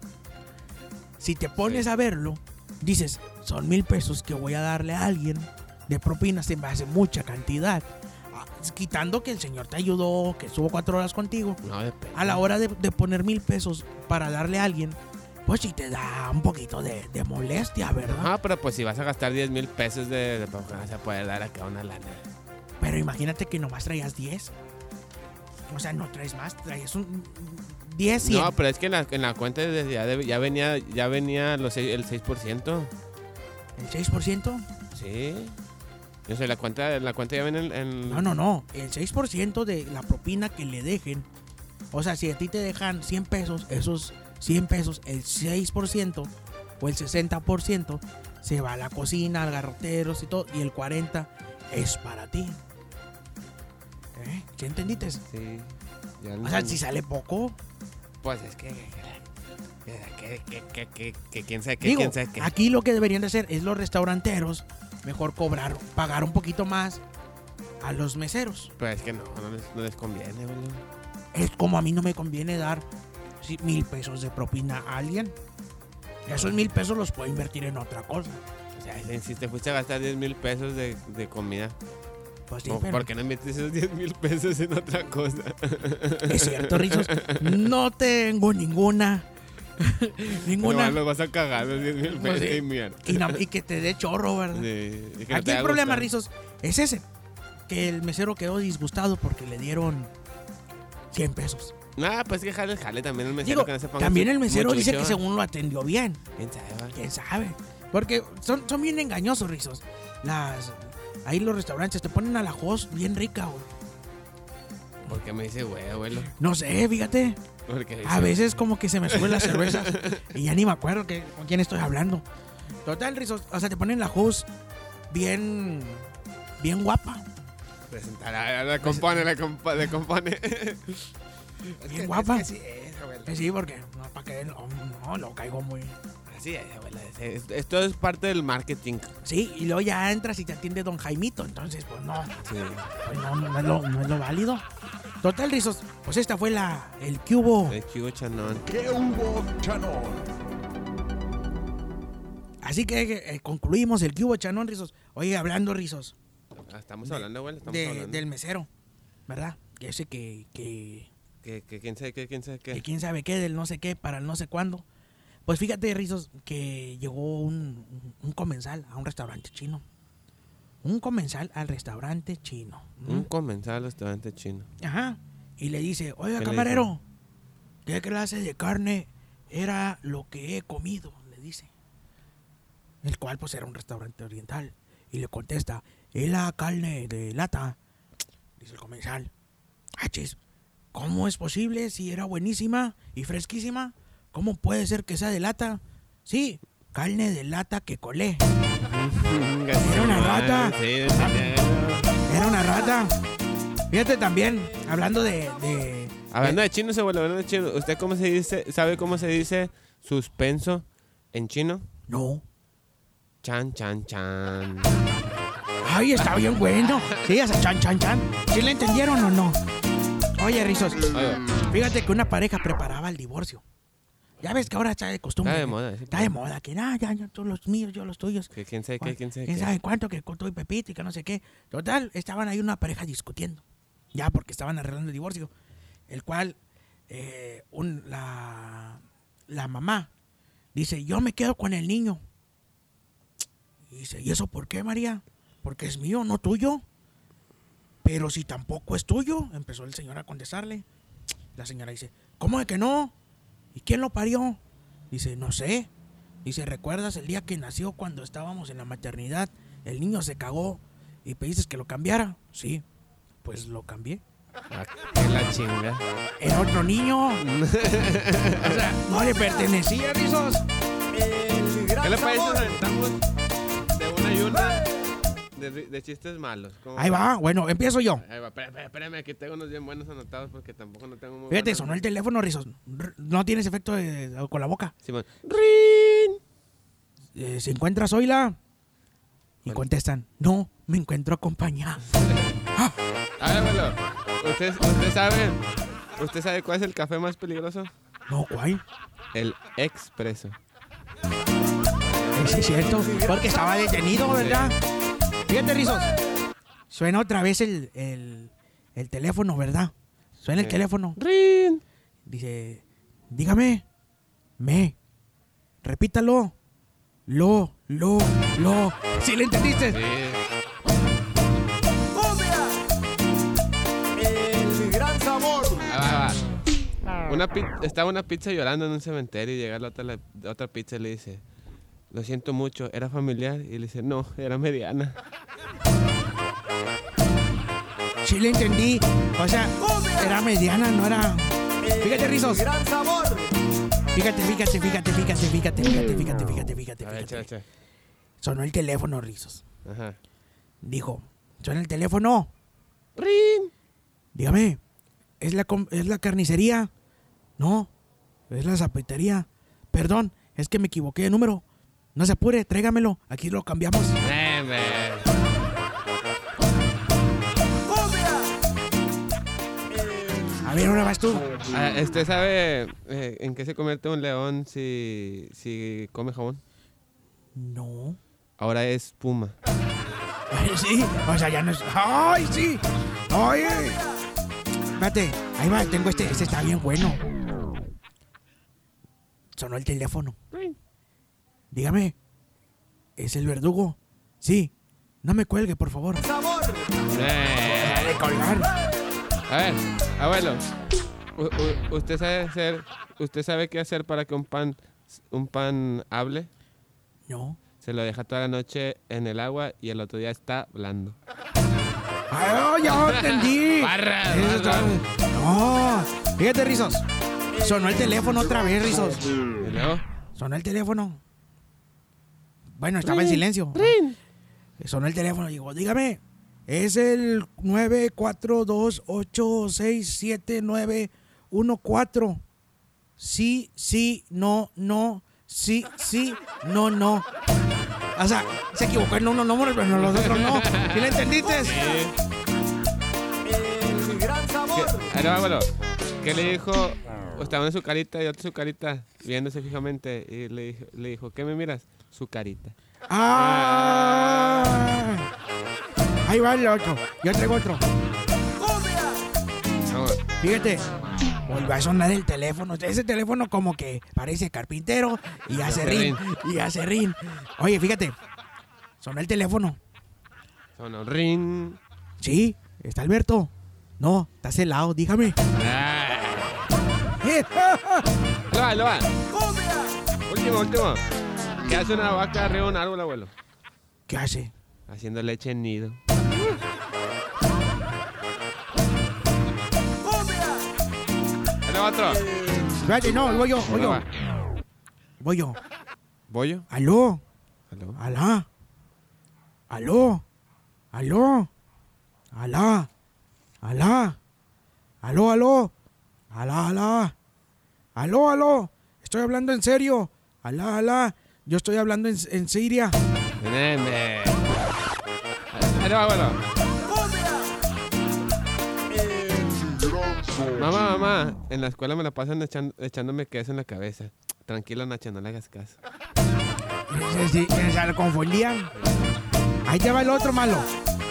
Si te pones Sí. a verlo, dices, son mil pesos que voy a darle a alguien de propina, se me hace mucha cantidad. Ah, quitando que el señor te ayudó, que estuvo cuatro horas contigo, No, depende. a la hora de, de poner mil pesos para darle a alguien, pues sí te da un poquito de, de molestia, ¿verdad? Ah, pero pues si vas a gastar diez mil pesos de, de propina, vas a poder dar acá una lana. Pero imagínate que nomás traías diez. O sea, no traes más, traes un diez, cien. No, pero es que en la, en la cuenta desde ya, debe- ya venía ya venía los, seis- el seis por ciento. ¿El seis por ciento? Sí. Yo sé, la cuenta, la cuenta ya viene en... en- No, no, no. El seis por ciento de la propina que le dejen. O sea, si a ti te dejan cien pesos, esos cien pesos, el seis por ciento o el sesenta por ciento se va a la cocina, al garroteros y todo. Y el cuarenta por ciento es para ti. ¿Eh? ¿Sí entendiste? Sí. Ya O sea, no- si sale poco. Pues es que... Que, que, que, que, que, que quién sabe qué, Digo, quién sabe qué. aquí lo que deberían de hacer es los restauranteros mejor cobrar, pagar un poquito más a los meseros. Pero es que no, no les, no les conviene, boludo. Es como a mí no me conviene dar sí, mil pesos de propina a alguien. Esos mil pesos los puedo invertir en otra cosa. O sea, si te fuiste a gastar diez mil pesos de, de comida, Pues sí, ¿por pero ¿por qué no metes esos diez mil pesos en otra cosa? es cierto, Rizos. No tengo ninguna. ninguna. Nomás los vas a cagar los diez mil Pues pesos sí. y mierda. Y, na- y que te dé chorro, ¿verdad? Sí, y que no Aquí te el va a problema, gustar. Rizos, es ese. Que el mesero quedó disgustado porque le dieron cien pesos. Nah, pues que jale, jale también el mesero Digo, que no se ponga también su- el mesero mucho dice que show. según lo atendió bien. ¿Quién sabe? va? ¿Quién sabe? Porque son, son bien engañosos, Rizos. Las, ahí los restaurantes te ponen a la host bien rica, güey. ¿Por qué me dice güey, abuelo? No sé, fíjate. Porque A veces como que se me suben las cervezas y ya ni me acuerdo que, con quién estoy hablando. Total, Rizos, o sea, te ponen la host bien, bien guapa. presentar a la compone, la compa- la compone. Bien guapa. Es que así es, abuelo. Eh, Sí, porque no, para que no, no, lo caigo muy... Así es, abuelo. Es- es- Esto es parte del marketing. Sí, y luego ya entras y te atiende Don Jaimito, entonces pues no, Sí. pues no, no, es lo, no es lo válido. Total, Rizos, pues esta fue la, el que hubo. El Chivo Chanón. ¿Qué hubo, Chanón? Así que eh, concluimos el que hubo, Chanón, Rizos. Oye, hablando, Rizos, Ah, Estamos hablando, abuelo. Estamos de- hablando. del mesero, ¿verdad? Que ese que, que, Que, que quién sabe qué, quién sabe qué. que quién sabe qué, del no sé qué, para el no sé cuándo. Pues fíjate, Rizos, que llegó un, un comensal a un restaurante chino. Un comensal al restaurante chino. Un comensal al restaurante chino. Ajá. Y le dice, oiga, ¿Qué le camarero, ¿qué clase de carne era lo que he comido? Le dice. El cual, pues, era un restaurante oriental. Y le contesta, es la carne de lata. Dice el comensal. Achis, ¿cómo es posible si era buenísima y fresquísima? ¿Cómo puede ser que sea de lata? Sí, carne de lata que colé. Era una rata. Era una rata. Fíjate también, hablando de... de Hablando de, de chino, se vuelve hablando de chino. ¿Usted cómo se dice, sabe cómo se dice suspenso en chino? No. Chan, chan, chan. Ay, está bien bueno. Sí, esa chan, chan, chan. ¿Sí le entendieron o no? Oye, Rizos, Oiga. fíjate que una pareja preparaba el divorcio. Ya ves que ahora está de costumbre. Está de moda, sí. Está de moda, que nada, ya, ya, tú los míos, yo los tuyos. Que quién sabe qué, quién sabe ¿Quién qué. sabe cuánto? Que con tú y Pepito y que no sé qué. Total, estaban ahí una pareja discutiendo. Ya, porque estaban arreglando el divorcio. El cual, eh, un, la, la mamá dice, yo me quedo con el niño. Y dice, ¿y eso por qué, María? Porque es mío, no tuyo. Pero si tampoco es tuyo, empezó el señor a contestarle. La señora dice, ¿cómo de que no? ¿Y quién lo parió? Dice, no sé. Dice, ¿recuerdas el día que nació cuando estábamos en la maternidad? El niño se cagó y pediste que lo cambiara. Sí, pues lo cambié. Ah, qué la chinga. Era otro niño. O sea, no le pertenecía, Rizos. ¿Qué le parece si aventamos de una y una de, de chistes malos? ¿Cómo? Ahí va, bueno, empiezo yo. Ahí va, espérame, espérame, aquí tengo unos bien buenos anotados porque tampoco no tengo muy Fíjate, buenos. sonó el teléfono, Rizos. R- No tienes efecto de- de- con la boca. Simón. ¡Rin! Eh, ¿Se encuentra Zoila? Y Bueno. contestan, no, me encuentro acompañada. A ver, abuelo, ¿usted, usted sabe, ¿usted sabe cuál es el café más peligroso? No, ¿cuál? El expreso. Eh, Sí, es cierto, porque estaba detenido, ¿verdad? Fíjate, Rizos. Suena otra vez el, el, el teléfono, ¿verdad? Suena el Sí. teléfono. ¡Rin! Dice, dígame, me, repítalo, lo, lo, lo. ¿Sí le entendiste? Sí. El gran sabor. Ah, va, va. Una pi- estaba una pizza llorando en un cementerio y llega la otra, la, la otra pizza y le dice, lo siento mucho, ¿era familiar? Y le dice, no, era mediana. Sí le entendí. O sea, era mediana, no era... Fíjate, Rizos. Gran sabor. Fíjate, fíjate, fíjate, fíjate, fíjate, fíjate, fíjate, fíjate, fíjate, A ver, fíjate. echa, echa. Sonó el teléfono, Rizos. Ajá. Dijo, suena el teléfono. ¡Rin! Dígame, ¿es la, com- ¿es la carnicería? No, es la zapatería. Perdón, es que me equivoqué de número. No se apure, tráigamelo. Aquí lo cambiamos. Eh, me- A ver, ahora vas tú. Ah, ¿usted sabe eh, en qué se convierte un león si, si come jabón? No. Ahora es puma. Ay, sí, o sea, ya no es... ¡Ay, sí! ¡Ay! Espérate, ahí va, tengo este, este está bien bueno. Sonó el teléfono. Dígame, ¿es el verdugo? Sí, no me cuelgue, por favor. Eh. De colgar. A ver, abuelo, u- u- ¿usted sabe hacer, usted sabe qué hacer para que un pan, un pan hable? No. Se lo deja toda la noche en el agua y el otro día está blando. ¡Ay, ya entendí! Barra, Eso está- No, fíjate, Rizos. Sonó el teléfono otra vez, Rizos. ¿Y luego? Sonó el teléfono. Bueno, estaba en silencio. Sonó el teléfono y digo, dígame, es el nueve cuatro dos ocho seis siete nueve uno cuatro. Sí, sí, no, no, sí, sí, no, no. O sea, se equivocó en unos números, pero los otros no. ¿Sí le entendiste? El gran sabor. ¿Qué, ahora, abuelo, ¿qué le dijo? Estaba en su carita y otro su carita, viéndose fijamente, y le dijo, le dijo, ¿qué me miras? Su carita. ¡Ah! Ahí va el otro. Yo traigo otro. Vamos. Fíjate, volvió a sonar el teléfono. Ese teléfono como que parece carpintero y hace rin, y hace rin. Oye, fíjate, sonó el teléfono. Sonó ring. Sí, ¿está Alberto? No, estás helado, dígame. Lo va, lo va. Último, último. ¿Qué hace una vaca arriba de un árbol, abuelo? ¿Qué hace? Haciendo leche en nido. ¿Dale otro? Espérate, no, voy yo, voy yo. Va. Voy yo. ¿Voy yo? ¿Aló? ¿Aló? ¿Alá? ¿Aló? ¿Aló? ¿Alá? ¿Alá? ¿Aló, aló? ¿Alá, alá? ¿Aló, aló? Estoy hablando en serio. ¿Alá, alá? Yo estoy hablando en, en Siria. Nene. Ahí va, abuelo. Mamá, mamá, en la escuela me la pasan echando, echándome queso en la cabeza. Tranquilo, Nacho, no le hagas caso. Se, se, se, se lo confundían. Ahí te va el otro, malo.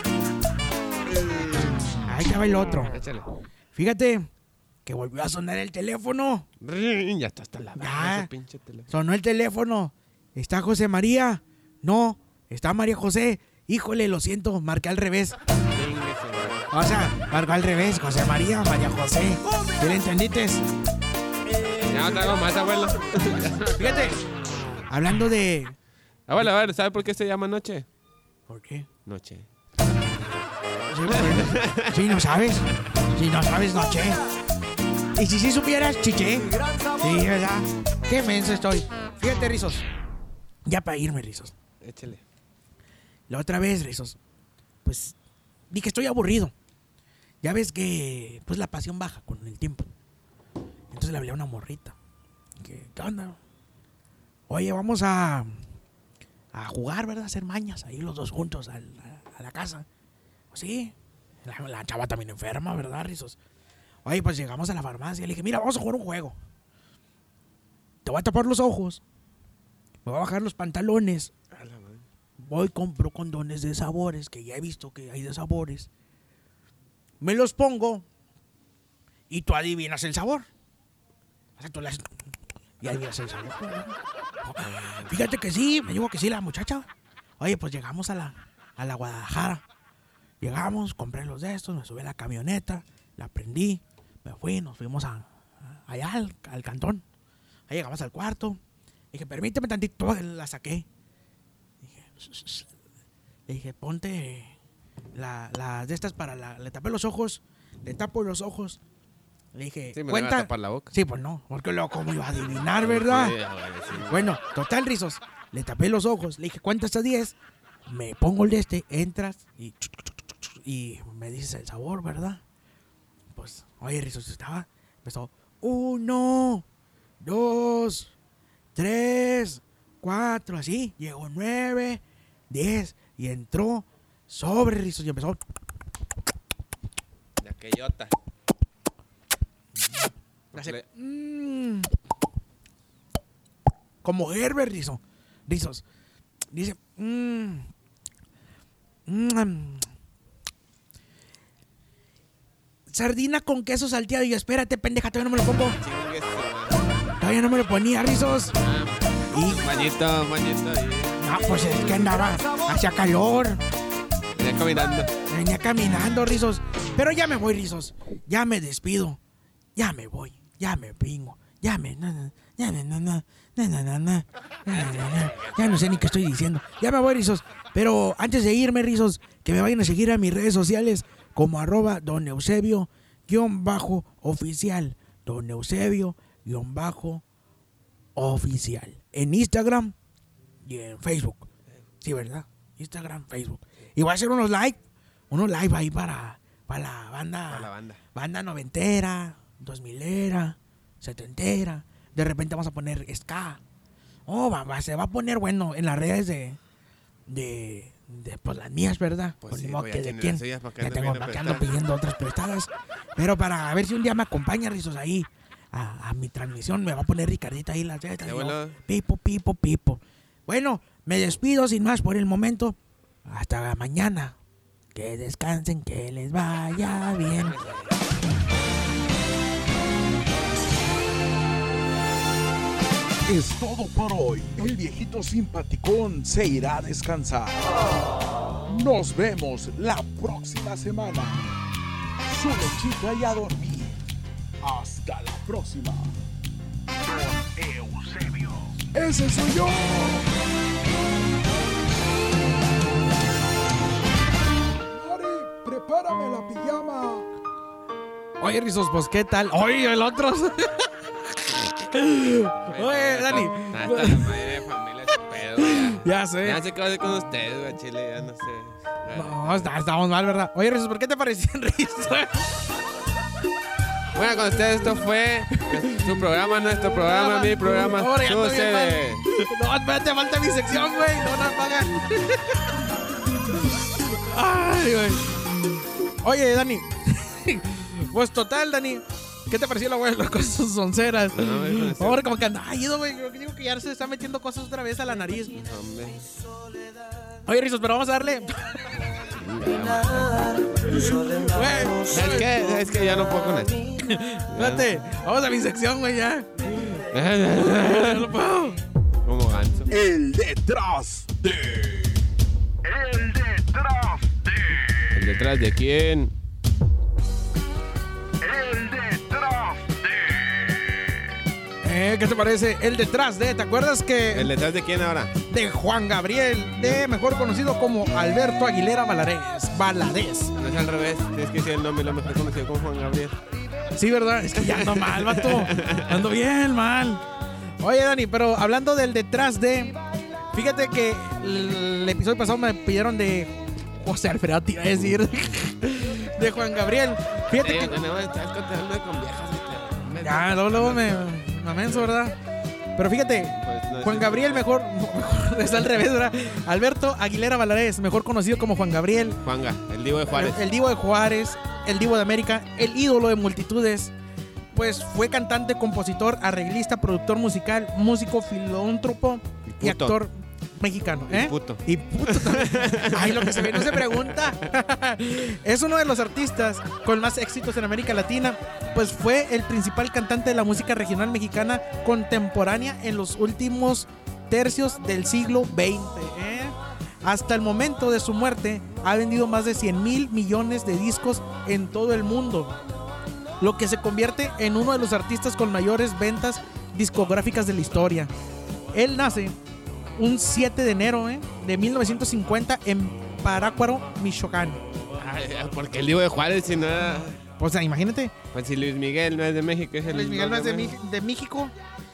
Ahí te va el otro. Échale. Fíjate que volvió a sonar el teléfono. Ring, ya está hasta la Ya. ese pinche teléfono. Sonó el teléfono. ¿Está José María? No, está María José. Híjole, lo siento, marqué al revés. O sea, marcó al revés, José María, María José. ¿Sí le entendiste? Ya no traigo más, abuelo. Fíjate, hablando de... Abuelo, a ver, ¿sabe por qué se llama noche? ¿Por qué? Noche. Sí, pues, sí, no sabes. Si no sabes, noche. Y si sí supieras, chiché. Sí, ¿verdad? Qué menso estoy. Fíjate, Rizos. Ya para irme, Rizos. Échale. La otra vez, Rizos, pues dije, estoy aburrido. Ya ves que pues la pasión baja con el tiempo. Entonces le hablé a una morrita. ¿Qué, qué onda? Oye, vamos a, a jugar, ¿verdad? A hacer mañas ahí los dos juntos a, a, a la casa. Sí, la, la chava también enferma, ¿verdad, Rizos? Oye, pues llegamos a la farmacia y le dije, mira, vamos a jugar un juego. Te voy a tapar los ojos. Me voy a bajar los pantalones. Voy, compro condones de sabores, que ya he visto que hay de sabores. Me los pongo y tú adivinas el sabor. O sea, tú le haces y adivinas el sabor. Fíjate que sí, me dijo que sí la muchacha. Oye, pues llegamos a la, a la Guadalajara. Llegamos, compré los de estos, me subí a la camioneta, la prendí, me fui, nos fuimos a, a, allá al, al cantón. Ahí llegamos al cuarto. Dije, permíteme tantito, la saqué. Le dije, ponte las la de estas para la... Le tapé los ojos, le tapo los ojos. Le dije, Sí, me cuenta... iba a tapar la boca. Sí, pues no, porque luego cómo iba a adivinar, ¿verdad? Sí, abuelo, sí. Bueno, total, Rizos, le tapé los ojos, le dije, cuenta hasta diez, me pongo el de este, entras y... Y me dices el sabor, ¿verdad? Pues, oye, Rizos, estaba... Empezó, uno, dos, tres... Cuatro, así, llegó nueve, diez, y entró sobre Rizos y empezó. De aquellota. Hace, mm, como Herbert Rizos. Rizos. Dice, mmm, mm, sardina con queso salteado. Y yo, espérate, pendeja, todavía no me lo pongo. Chingue su madre. Todavía no me lo ponía, Rizos. Ah, Y, Mañito, mañito. ahí. no, pues es que andaba, hacía calor. Venía caminando. Venía caminando, Rizos. Pero ya me voy, Rizos. Ya me despido. Ya me voy. Ya me pingo. Ya me... Na, na, ya me... Na, na, na, na, na, na, na, na. Ya no sé ni qué estoy diciendo. Ya me voy, Rizos. Pero antes de irme, Rizos, que me vayan a seguir a mis redes sociales como arroba don Eusebio guión bajo oficial. Don Eusebio guión bajo oficial. En Instagram y en Facebook. Sí, ¿verdad? Instagram, Facebook. Y voy a hacer unos live. Unos live ahí para, para la banda. Para la banda. Banda noventera, dos milera, setentera. De repente vamos a poner ska. Oh, va, va, se va a poner bueno en las redes de... De... de pues las mías, ¿verdad? Pues sí, ni modo pues que ya de tiene quién. las suyas, ¿para qué Ya anda tengo, pidiendo ¿para qué ando prestadas? pidiendo otras prestadas? Pero para ver si un día me acompaña, Rizos, ahí a, a mi transmisión. Me va a poner Ricardita ahí las letras. Ya, y yo, bueno. pipo, pipo, pipo. Bueno, me despido sin más por el momento. Hasta mañana. Que descansen, que les vaya bien. Es todo por hoy. El viejito simpaticón se irá a descansar. Nos vemos la próxima semana. Su lechita y a dormir. Hasta la próxima. Don Eusebio. ¡Ese soy yo! Mari, prepárame la pijama. Oye, Rizos, pues, ¿qué tal? Oye, el otro. Oye, Dani. Ah, está la madre de familia ese pedo, güey, ya. Ya sé. Ya sé qué va a hacer con ustedes, güey, Chile, ya no sé. No, está- estamos mal, ¿verdad? Oye, Rizos, ¿por qué te pareció Rizos? Bueno, con ustedes esto fue su programa, nuestro programa, mi programa. Ahora ya estoy bien Sucede. mal. No, espérate, falta mi sección, güey. No, no, paga. Ay, güey. Oye, Dani. Pues total, Dani. ¿Qué te pareció la güey? Las cosas sonceras. No, güey, con eso. Ahora como que anda ay, ido, güey. Yo digo que ya se está metiendo cosas otra vez a la nariz. Hombre. Oye, Rizos, pero vamos a darle. Güey, ¿Sabes qué? ¿Sabes qué? Ya no puedo con esto. espérate. Vamos a mi sección, güey, ya. No puedo. Como ganso. El detrás de. El detrás de. ¿El detrás de quién? El detrás de. Eh, ¿Qué te parece? El detrás de, ¿te acuerdas que ¿El detrás de quién ahora? de Juan Gabriel, de mejor conocido como Alberto Aguilera Valadez? Valadez. No es al revés. Tienes que decir el nombre, lo mejor conocido como Juan Gabriel. Sí, ¿verdad? Es que ya ando mal, vato. Ando bien mal. Oye, Dani, pero hablando del detrás de, fíjate que el episodio pasado me pidieron de José Alfredo, te iba a decir, de Juan Gabriel. Fíjate Sí, que tenemos que estar contando con viejas. ¿viste? ya, luego, luego me, me amenso, ¿verdad? Pero fíjate, Pues, no, Juan sí. Gabriel mejor, mejor es al revés, ¿verdad? Alberto Aguilera Valadez, mejor conocido como Juan Gabriel, Juanga, el divo de Juárez. el divo de Juárez, el divo de América, el ídolo de multitudes. Pues fue cantante, compositor, arreglista, productor musical, músico, filántropo Y y puto. actor mexicano, ¿eh? Y puto. Y puto también. Ay, lo que se ve no se pregunta. Es uno de los artistas con más éxitos en América Latina, pues fue el principal cantante de la música regional mexicana contemporánea en los últimos tercios del siglo veinte, ¿eh? Hasta el momento de su muerte ha vendido más de cien mil millones de discos en todo el mundo, lo que se convierte en uno de los artistas con mayores ventas discográficas de la historia. Él nace un siete de enero ¿eh? de mil novecientos cincuenta en Parácuaro, Michoacán. Ay, porque el divo de Juárez, si no era. O sea, imagínate, Pues si Luis Miguel no es de México, es el. Luis Miguel no es de, México. Mi- de México.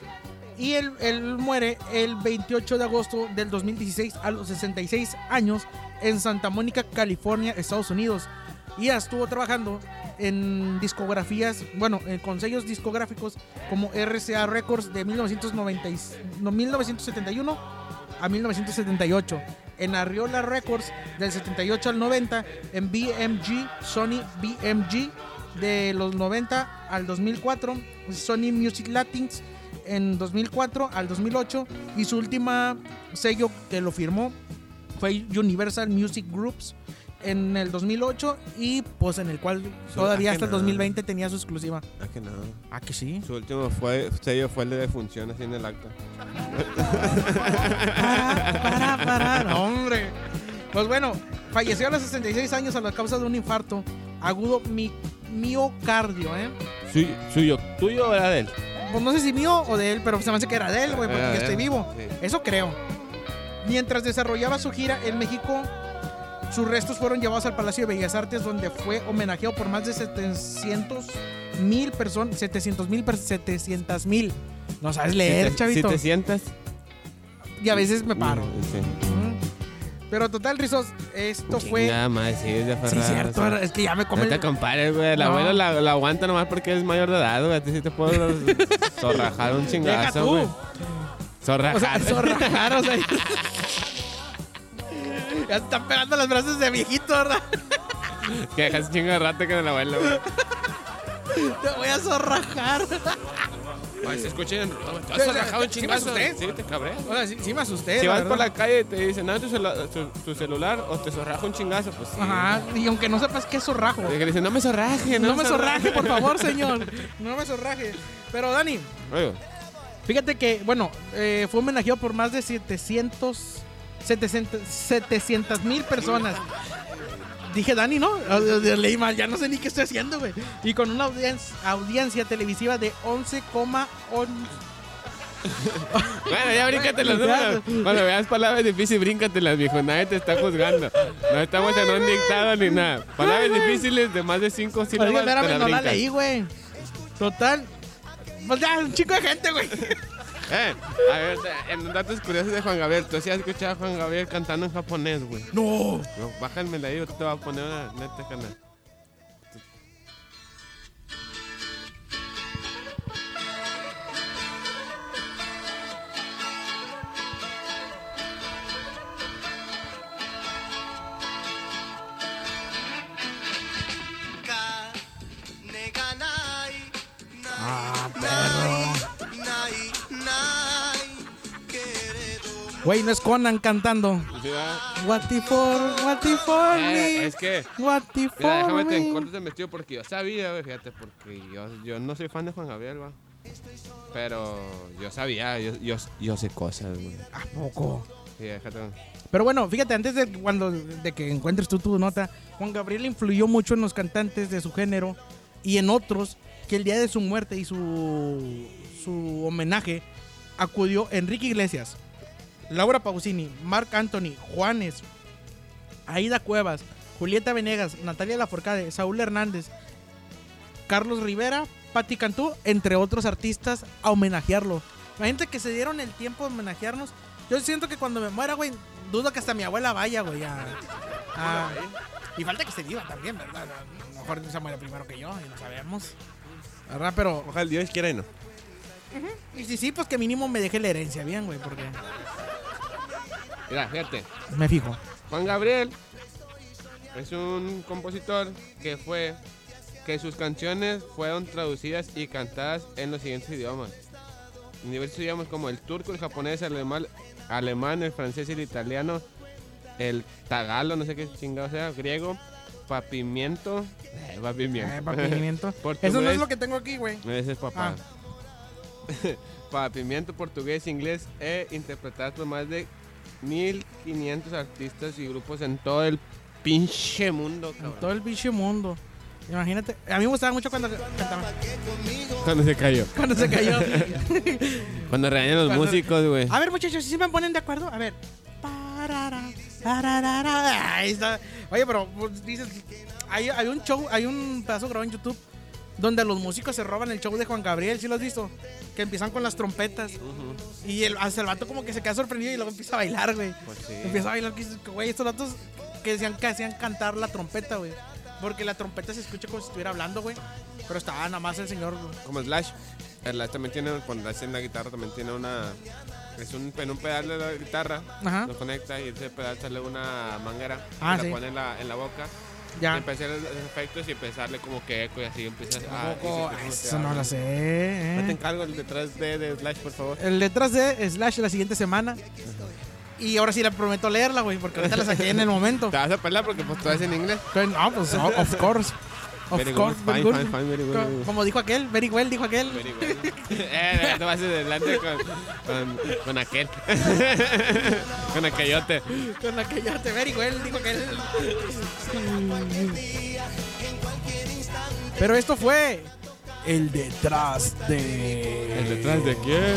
Y él, él muere el veintiocho de agosto del dos mil dieciséis a los sesenta y seis años en Santa Mónica, California, Estados Unidos. Y ya estuvo trabajando en discografías, bueno, en con sellos discográficos como R C A Records de mil novecientos noventa y- no, mil novecientos setenta y uno a mil novecientos setenta y ocho, en Arriola Records del setenta y ocho al noventa, en B M G, Sony B M G de los noventa al dos mil cuatro, Sony Music Latins en dos mil cuatro al dos mil ocho, y su última sello que lo firmó fue Universal Music Groups en el dos mil ocho, y pues en el cual todavía ah, hasta que el no. dos mil veinte tenía su exclusiva. Ah, que no. Ah, que sí. Su último fue, sello fue el de defunción, así en el acto. Para, para, para. No, hombre. Pues bueno, falleció a los sesenta y seis años a la causa de un infarto agudo mi- miocardio, ¿eh? Suyo, suyo, tuyo o era de él. Pues no sé si mío o de él, pero se me hace que era de él, güey, porque Era de ya estoy él, vivo. sí. Eso creo. Mientras desarrollaba su gira en México, sus restos fueron llevados al Palacio de Bellas Artes, donde fue homenajeado por más de setecientos mil personas. setecientos mil, setecientos mil. No sabes leer, Si te- chavito. Si te sientas. Y a veces me paro. Sí. Mm. Pero total, Rizos, esto fue. Nada más, sí, es de Sí, Ferraz. cierto, es que ya me come No te el... compares, güey. El No. abuelo la, la aguanta nomás porque es mayor de edad, güey. A ti sí te puedo zorrajar un Deja chingazo, tú. güey. O sea, Zorrajar. zorrajar, o sea. Ya te están pegando las brazos de viejito, ¿verdad? Que dejas un chingo de rato con el abuelo, güey. Te voy a zorrajar. Ay, se escucha en ruido, güey. Te Sí, has zorrajado un sí me chingazo. asusté. Sí, te cabré. O sea, sí, sí me asusté. Si la vas por verdad. la calle y te dicen, no, tu, celu- tu, tu celular o te zorraja un chingazo, pues sí. Ajá, y aunque no sepas qué es zorrajo. De que le dicen, no me zorraje, No, no, me zorraje, por favor, señor. No me zorraje. Pero, Dani, Oye, Fíjate que, bueno, eh, fue homenajeado por más de setecientos mil personas. Dije Dani, ¿no? Leí mal, ya no sé ni qué estoy haciendo, güey. Y con una audiencia, audiencia televisiva de once coma uno. Bueno, ya bríncate los números. Cuando veas palabras difíciles, bríncatelas, viejo. Nadie te está juzgando. No estamos en un dictado ni nada. Palabras difíciles de más de cinco sílabas. Oye, espérame, te las no la brincas. leí, güey. Total. Pues ya, un chico de gente, güey. Eh, a ver, en datos curiosos de Juan Gabriel. ¿Tú sí has escuchado a Juan Gabriel cantando en japonés, güey? No. No, bájame la ahí, te voy a poner una neta canal. Ah, perro. Güey, no es Conan cantando. ¿Sí, va? What the for, what the for Eh, me. es que, What the mira, for déjame te me. encortes el vestido porque yo sabía, güey, fíjate, porque yo, yo no soy fan de Juan Gabriel, va. Pero yo sabía, yo, yo, yo sé cosas, güey. ¿A poco? Sí, déjate. Pero bueno, fíjate, antes de, cuando, de que encuentres tú tu nota, Juan Gabriel influyó mucho en los cantantes de su género y en otros que el día de su muerte y su, su homenaje acudió Enrique Iglesias, Laura Pausini, Marc Anthony, Juanes, Aida Cuevas, Julieta Venegas, Natalia Lafourcade, Saúl Hernández, Carlos Rivera, Patti Cantú, entre otros artistas, a homenajearlo. Imagínate que se dieron el tiempo de homenajearnos. Yo siento que cuando me muera, güey, dudo que hasta mi abuela vaya, güey. A, a- y falta que se viva también, ¿verdad? A lo mejor se muere primero que yo y no sabemos. ¿Verdad? Pero, Ojalá Dios quiera y no. y si sí, pues que mínimo me deje la herencia bien, güey, porque Mira, fíjate. me fijo. Juan Gabriel es un compositor que fue que sus canciones fueron traducidas y cantadas en los siguientes idiomas. En diversos idiomas como el turco, el japonés, el alemán, alemán, el francés y el italiano, el tagalo, no sé qué chingado sea, griego, papimiento, eh, papimiento. Eh, papimiento. Portugués. Eso no es lo que tengo aquí, güey. Ese es papá. Papimiento, portugués, inglés e interpretadas por más de mil quinientos artistas y grupos en todo el pinche mundo, En cabrón. todo el bicho mundo. Imagínate. A mí me gustaba mucho cuando cantaba. Cuando se cayó. Cuando se cayó. Cuando regañan los Cuando- músicos, güey. A ver, muchachos, ¿sí me ponen de acuerdo? A ver. Parara, pararara. Ahí está. Oye, pero pues, dices, hay, hay un show, hay un pedazo grabado en YouTube donde los músicos se roban el show de Juan Gabriel, ¿sí lo has visto? Que empiezan con las trompetas. Ujú. Y el, hasta el vato como que se queda sorprendido y luego empieza a bailar, güey. Pues sí. Empieza a bailar, que dices, güey, estos vatos que decían que hacían cantar la trompeta, güey. Porque la trompeta se escucha como si estuviera hablando, güey. Pero estaba nada más el señor. Como Slash. El Slash también tiene, cuando hace en la guitarra, también tiene una. Es un, en un pedal de la guitarra. Ajá. Lo conecta y ese pedal sale una manguera. Ah, y sí. la pone en la, en la boca. Y Ya. empieza a hacer los efectos y empezarle como que eco y así empieza a. Tampoco- y se- se- se eso no habla. lo sé. No te ¿eh? encargo el detrás de, de Slash, por favor. El detrás de Slash la siguiente semana. Y ahora sí le prometo leerla, güey, porque ahorita la saqué en el momento. Te vas a pelar porque pues tú haces en inglés. Pero, no, pues, o- of course. Of Very course, good, very fine, good. fine, fine, very good, Co- very good. Como dijo aquel, very well, dijo aquel. Very well. eh, te vas adelante con, con, con aquel. con aquellote. Con la que ya te very well, dijo aquel. Pero esto fue el detrás de. ¿El detrás de quién?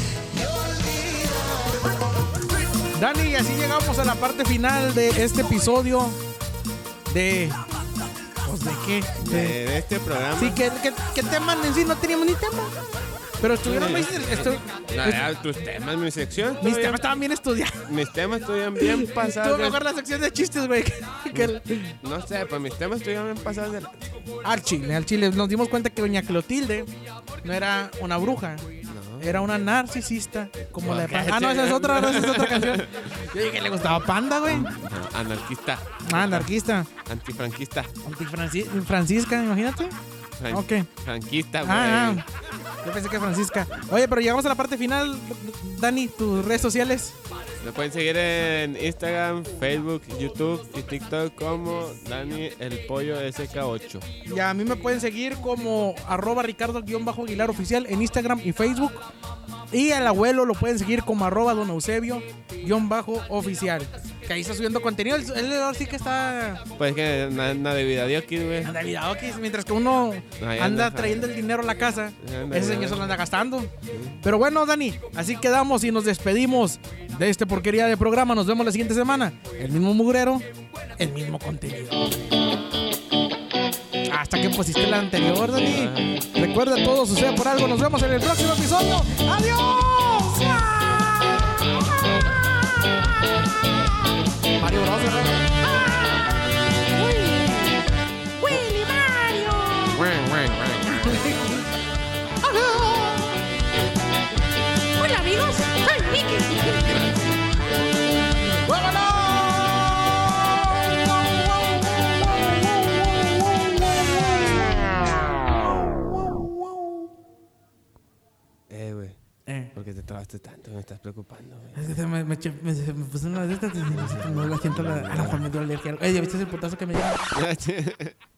Dani, y así llegamos a la parte final de este episodio de... Pues, ¿de qué? De, De- de este programa. Sí, que, que, que tema en sí no teníamos ni tema. Pero estuvieron muy... estu- Nada, ya, tus temas, mi sección. mis todavía- temas estaban bien estudiados. mis temas estuvieron bien Estuvo pasados. de- mejor la sección de chistes, güey. que- que el- No sé, pues mis temas estuvieron bien pasados. De... Al chile, al chile. Nos dimos cuenta que doña Clotilde no era una bruja. No. Era una narcisista. Como la de Ok, Panda. Ah, no, esa es otra, esa es otra canción. Yo dije que le gustaba Panda, güey. No, anarquista. Ah, anarquista. Antifranquista. Antifrancisca, imagínate. Fran- Ok. Franquista, güey. Ah, ah. Yo pensé que Francisca. Oye, pero llegamos a la parte final. Dani, tus redes sociales. Me pueden seguir en Instagram, Facebook, YouTube y TikTok como Dani el Pollo S K ocho. Y a mí me pueden seguir como arroba Ricardo-Aguilar oficial en Instagram y Facebook. Y al abuelo lo pueden seguir como arroba Don Eusebio-oficial. Que ahí está subiendo contenido. Él, él ahora sí que está... Pues que anda de vida Dios, güey. Anda vida, ok. Mientras que uno Ahí anda anda, trayendo el dinero a la casa, anda, ese señor anda. se lo anda gastando. Pero bueno, Dani, así quedamos y nos despedimos de este porquería de programa. Nos vemos la siguiente semana. El mismo mugrero, el mismo contenido. Hasta que pusiste la anterior, Dani. Recuerda, todo sucede por algo. Nos vemos en el próximo episodio. ¡Adiós! Mario Bros. Willy Mario. Hola amigos, soy Mickey. Eh, güey. Eh. ¿Por qué te trabaste tanto? Me estás preocupando, güey. Es que se me, me, me, me, me puse una de estas y no la siento la, a la familia alergia. Oye, ¿ya viste el putazo que me dio?